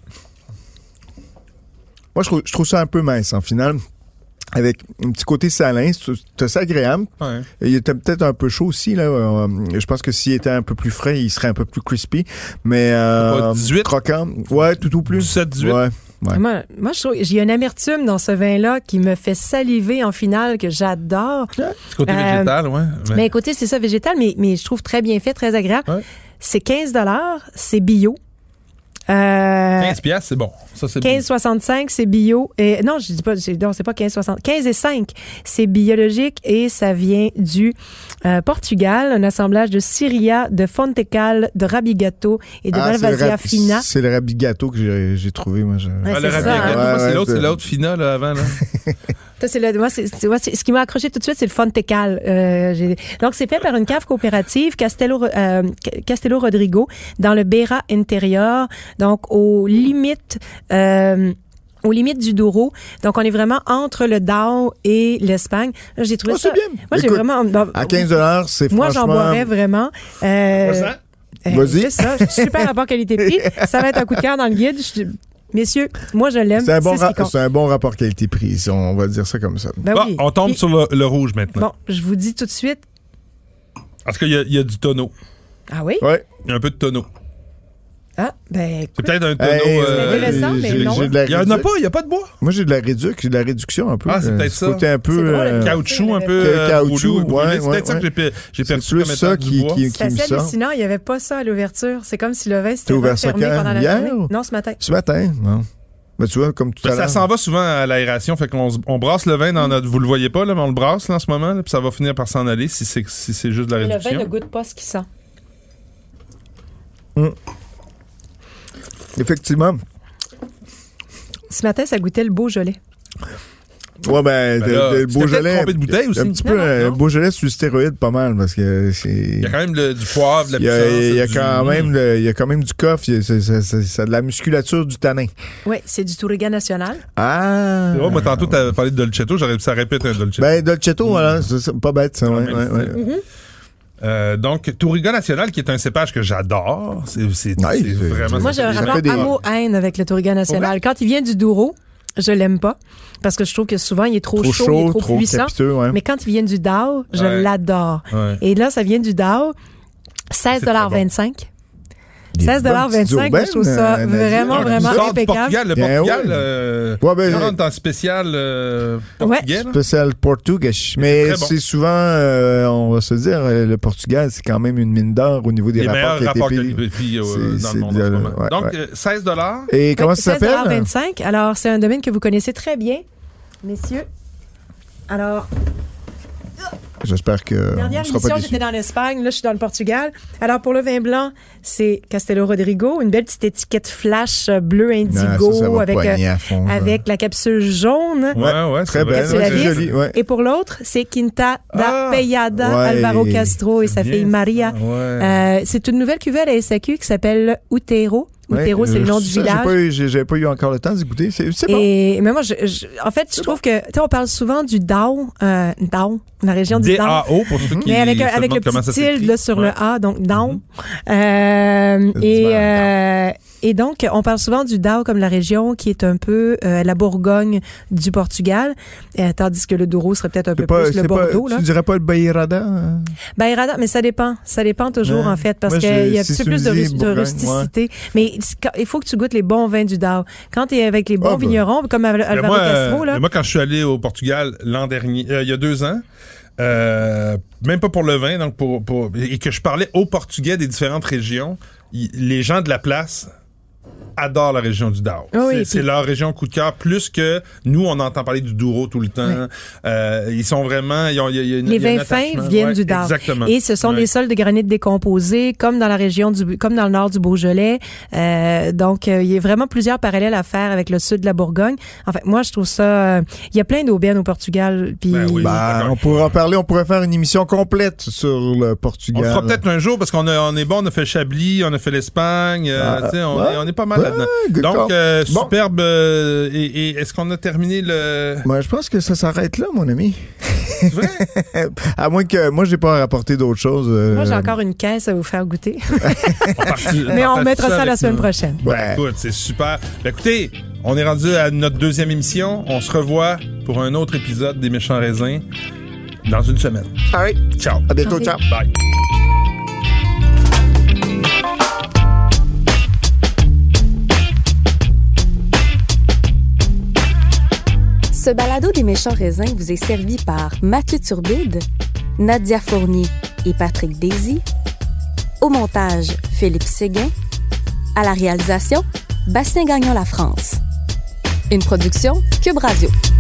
Moi, je trouve, je trouve ça un peu mince, en final. Avec un petit côté salin, c'est assez agréable. Ouais. Il était peut-être un peu chaud aussi, là. Je pense que s'il était un peu plus frais, il serait un peu plus crispy. Mais euh, dix-huit croquant. Ouais, tout au plus. dix-sept dix-huit Ouais. Ouais. Moi, moi, je trouve j'ai une amertume dans ce vin-là qui me fait saliver en finale, que j'adore. C'est côté euh, végétal, ouais. Mais ben, côté, c'est ça, végétal, mais, mais je trouve très bien fait, très agréable. Ouais. C'est quinze dollars, c'est bio. Euh, quinze piastres, c'est bon. Ça, c'est quinze soixante-cinq, c'est bio. Et, non, je dis pas, c'est, non, c'est pas quinze soixante. quinze et cinq, c'est biologique et ça vient du euh, Portugal, un assemblage de Syria, de Fontecal, de Rabigato et de ah, Malvasia rab- Fina. C'est le Rabigato que j'ai, j'ai trouvé, moi. Je... Ouais, ah, c'est le ça, Rabigato, hein? moi, ouais, c'est ouais, l'autre, c'est... c'est l'autre Fina, là, avant, là. Ça, c'est le, moi, c'est, c'est, c'est, ce qui m'a accroché tout de suite, c'est le Fontecal. Euh, j'ai, donc, c'est fait par une cave coopérative, Castello, euh, Castello Rodrigo, dans le Beira Interior, donc aux limites, euh, aux limites du Douro. Donc, on est vraiment entre le Dao et l'Espagne. Là, j'ai trouvé oh, ça... c'est bien. Moi, Écoute, j'ai vraiment... Bon, à quinze dollars, c'est moi, franchement... Moi, j'en boirais vraiment. Euh, euh, Vas-y. C'est ça. Super rapport qualité-prix. Ça va être un coup de cœur dans le guide. Je, Messieurs, moi, je l'aime. C'est un, bon c'est, ra- c'est un bon rapport qualité-prix, on va dire ça comme ça. Ben bon, oui. On tombe Et, sur le, le rouge maintenant. Bon, je vous dis tout de suite. Parce qu'il y a, il y a du tonneau. Ah oui? Oui. Il y a un peu de tonneau. Ah, ben écoute. C'est peut-être un tonneau... Hey, euh, c'est intéressant, mais j'ai, non. j'ai de la il n'y en a pas, il n'y a pas de bois. Moi, j'ai de la réduction, j'ai de la réduction un peu. Ah, c'est peut-être ça. Côté un peu... C'est drôle, euh, caoutchouc un peu. euh, caoutchouc, roulou, ouais, c'est peut-être ouais, ça ouais. que j'ai, j'ai perçu plus comme ça étant qui, du bois. qui, C'est qui me assez sort. hallucinant, il n'y avait pas ça à l'ouverture. C'est comme si le vin s'était ouvert ça fermé quand? pendant la Hier? journée. Non, ce matin. Ce matin, non. Mais tu vois, comme tout à ça l'heure. s'en va souvent à l'aération, fait qu'on on brasse le vin dans notre... Vous le voyez pas, là, mais on le brasse là, en ce moment, là, puis ça va finir par s'en aller si c'est, si c'est juste de la Et réduction. le vin ne goûte pas ce qu'il sent. Mmh. Effectivement. Ce matin, ça goûtait le Beaujolais. Ouais, ben, ben là, de, de, le Beaujolais. trompé de bouteille aussi. Un petit non, peu, non, un non. Beaujolais sur stéroïde pas mal, parce que c'est... Il y a quand même le, du poivre, de la il y a, puissance. il y a du... quand même le, il y a quand même du coffre, il y a, c'est, c'est, c'est, c'est de la musculature du tanin. Oui, c'est du Touriga National. Ah! C'est vrai, moi, tantôt, t'avais parlé de Dolcetto, j'aurais, ça répète un Dolcetto. Ben, Dolcetto, mmh. voilà, c'est, c'est pas bête, ça, ouais, ouais, ouais. Mm-hmm. Euh, donc, Touriga National, qui est un cépage que j'adore. C'est, c'est, ouais, c'est c'est, vraiment... Moi, j'ai un ça rapport des... amour-haine avec le Touriga National. Quand il vient du Douro, je l'aime pas. Parce que je trouve que souvent, il est trop, trop chaud, chaud, il est trop, trop puissant. capiteux, ouais. Mais quand il vient du Dao, je ouais. l'adore. Ouais. Et là, ça vient du Dao, seize dollars vingt-cinq. Des seize dollars vingt-cinq, bonnes je trouve ça euh, vraiment, non, vraiment du impeccable. Portugal, le Bien Portugal, ouais. euh, ouais, ben, on rentre en spécial euh, portugais. Ouais. Là. Spécial portugais. Mais c'est, c'est, bon. c'est souvent, euh, on va se dire, le Portugal, c'est quand même une mine d'or au niveau des les rapports meilleurs rapports qualité-prix. euh, dans c'est, le monde de, en ce moment. ouais, Donc, ouais. euh, seize dollars. Et comment oui, ça s'appelle? seize dollars vingt-cinq. Alors, c'est un domaine que vous connaissez très bien, messieurs. Alors... J'espère que Dernière on sera émission, pas j'étais déçus. dans l'Espagne, là je suis dans le Portugal. Alors pour le vin blanc, c'est Castello Rodrigo, une belle petite étiquette flash euh, bleu indigo non, ça, ça va avec poigner euh, à fond, avec la capsule jaune. Ouais, ouais, très c'est belle, Capsule ouais, à c'est vis. joli. Ouais. Et pour l'autre, c'est Quinta da Ah, Peyada ouais, Alvaro Castro et sa bien fille Maria. ça, ouais. Euh, c'est une nouvelle cuvée à la S A Q qui s'appelle Utero. Outero, ouais, c'est le nom du ça, village. J'ai pas, eu, j'ai, j'ai pas eu encore le temps d'y C'est, c'est bon. Et, mais moi, je, je, en fait, je c'est trouve bon. que, tu sais, on parle souvent du Dao, euh, Dao, la région du Dao. D A O pour ceux qui mais avec, avec le petit tilde là, sur ouais. le A, donc Dao. Mm-hmm. Euh, et, euh, et donc, on parle souvent du Dao comme la région qui est un peu euh, la Bourgogne du Portugal, euh, tandis que le Douro serait peut-être un c'est peu pas, plus le Bordeaux. Pas, là. Tu dirais pas le Bairrada? Hein? Bairrada, mais ça dépend. Ça dépend toujours, ouais. en fait, parce qu'il y a si plus de, dis, de rusticité. Ouais. Mais il faut que tu goûtes les bons vins du Dao. Quand tu es avec les bons oh, vignerons, ben. comme Alvaro moi, Castro, là. Moi, quand je suis allé au Portugal l'an dernier, euh, il y a deux ans, euh, même pas pour le vin, donc pour, pour et que je parlais au portugais des différentes régions, y, les gens de la place adorent la région du Dao. Oh oui, c'est, c'est leur région coup de cœur, plus que nous, on entend parler du Douro tout le temps. Oui. Euh, ils sont vraiment... Ils ont, il y a, il y a une, les il y a vins fins viennent ouais, du Dao. Exactement. Et ce sont ouais. des sols de granit décomposés, comme dans la région du... comme dans le nord du Beaujolais. Euh, donc, euh, il y a vraiment plusieurs parallèles à faire avec le sud de la Bourgogne. En fait, moi, je trouve ça... Euh, il y a plein d'aubaines au Portugal. Puis... Ben oui, ben, on pourrait en parler. On pourrait faire une émission complète sur le Portugal. On le fera peut-être un jour, parce qu'on a, on est bon. On a fait Chablis, on a fait l'Espagne. Euh, ah, on, ouais. est, on est pas mal ouais, là-dedans. Donc, Euh, bon. superbe. Euh, et, et est-ce qu'on a terminé le... Moi, je pense que ça s'arrête là, mon ami. C'est vrai? À moins que moi, j'ai pas rapporté d'autres choses. Euh... Moi, j'ai encore une caisse à vous faire goûter. on partit, Mais on, on mettra ça, ça la semaine nous. prochaine. Ouais. Ben, écoute, c'est super. Ben, écoutez, on est rendu à notre deuxième émission. On se revoit pour un autre épisode des Méchants Raisins dans une semaine. All right. Ciao. À bientôt. Okay. Ciao. Bye. Ce balado des Méchants Raisins vous est servi par Mathieu Turbide, Nadia Fournier et Patrick Daisy. Au montage, Philippe Séguin. À la réalisation, Bastien Gagnon La France. Une production Cube Radio.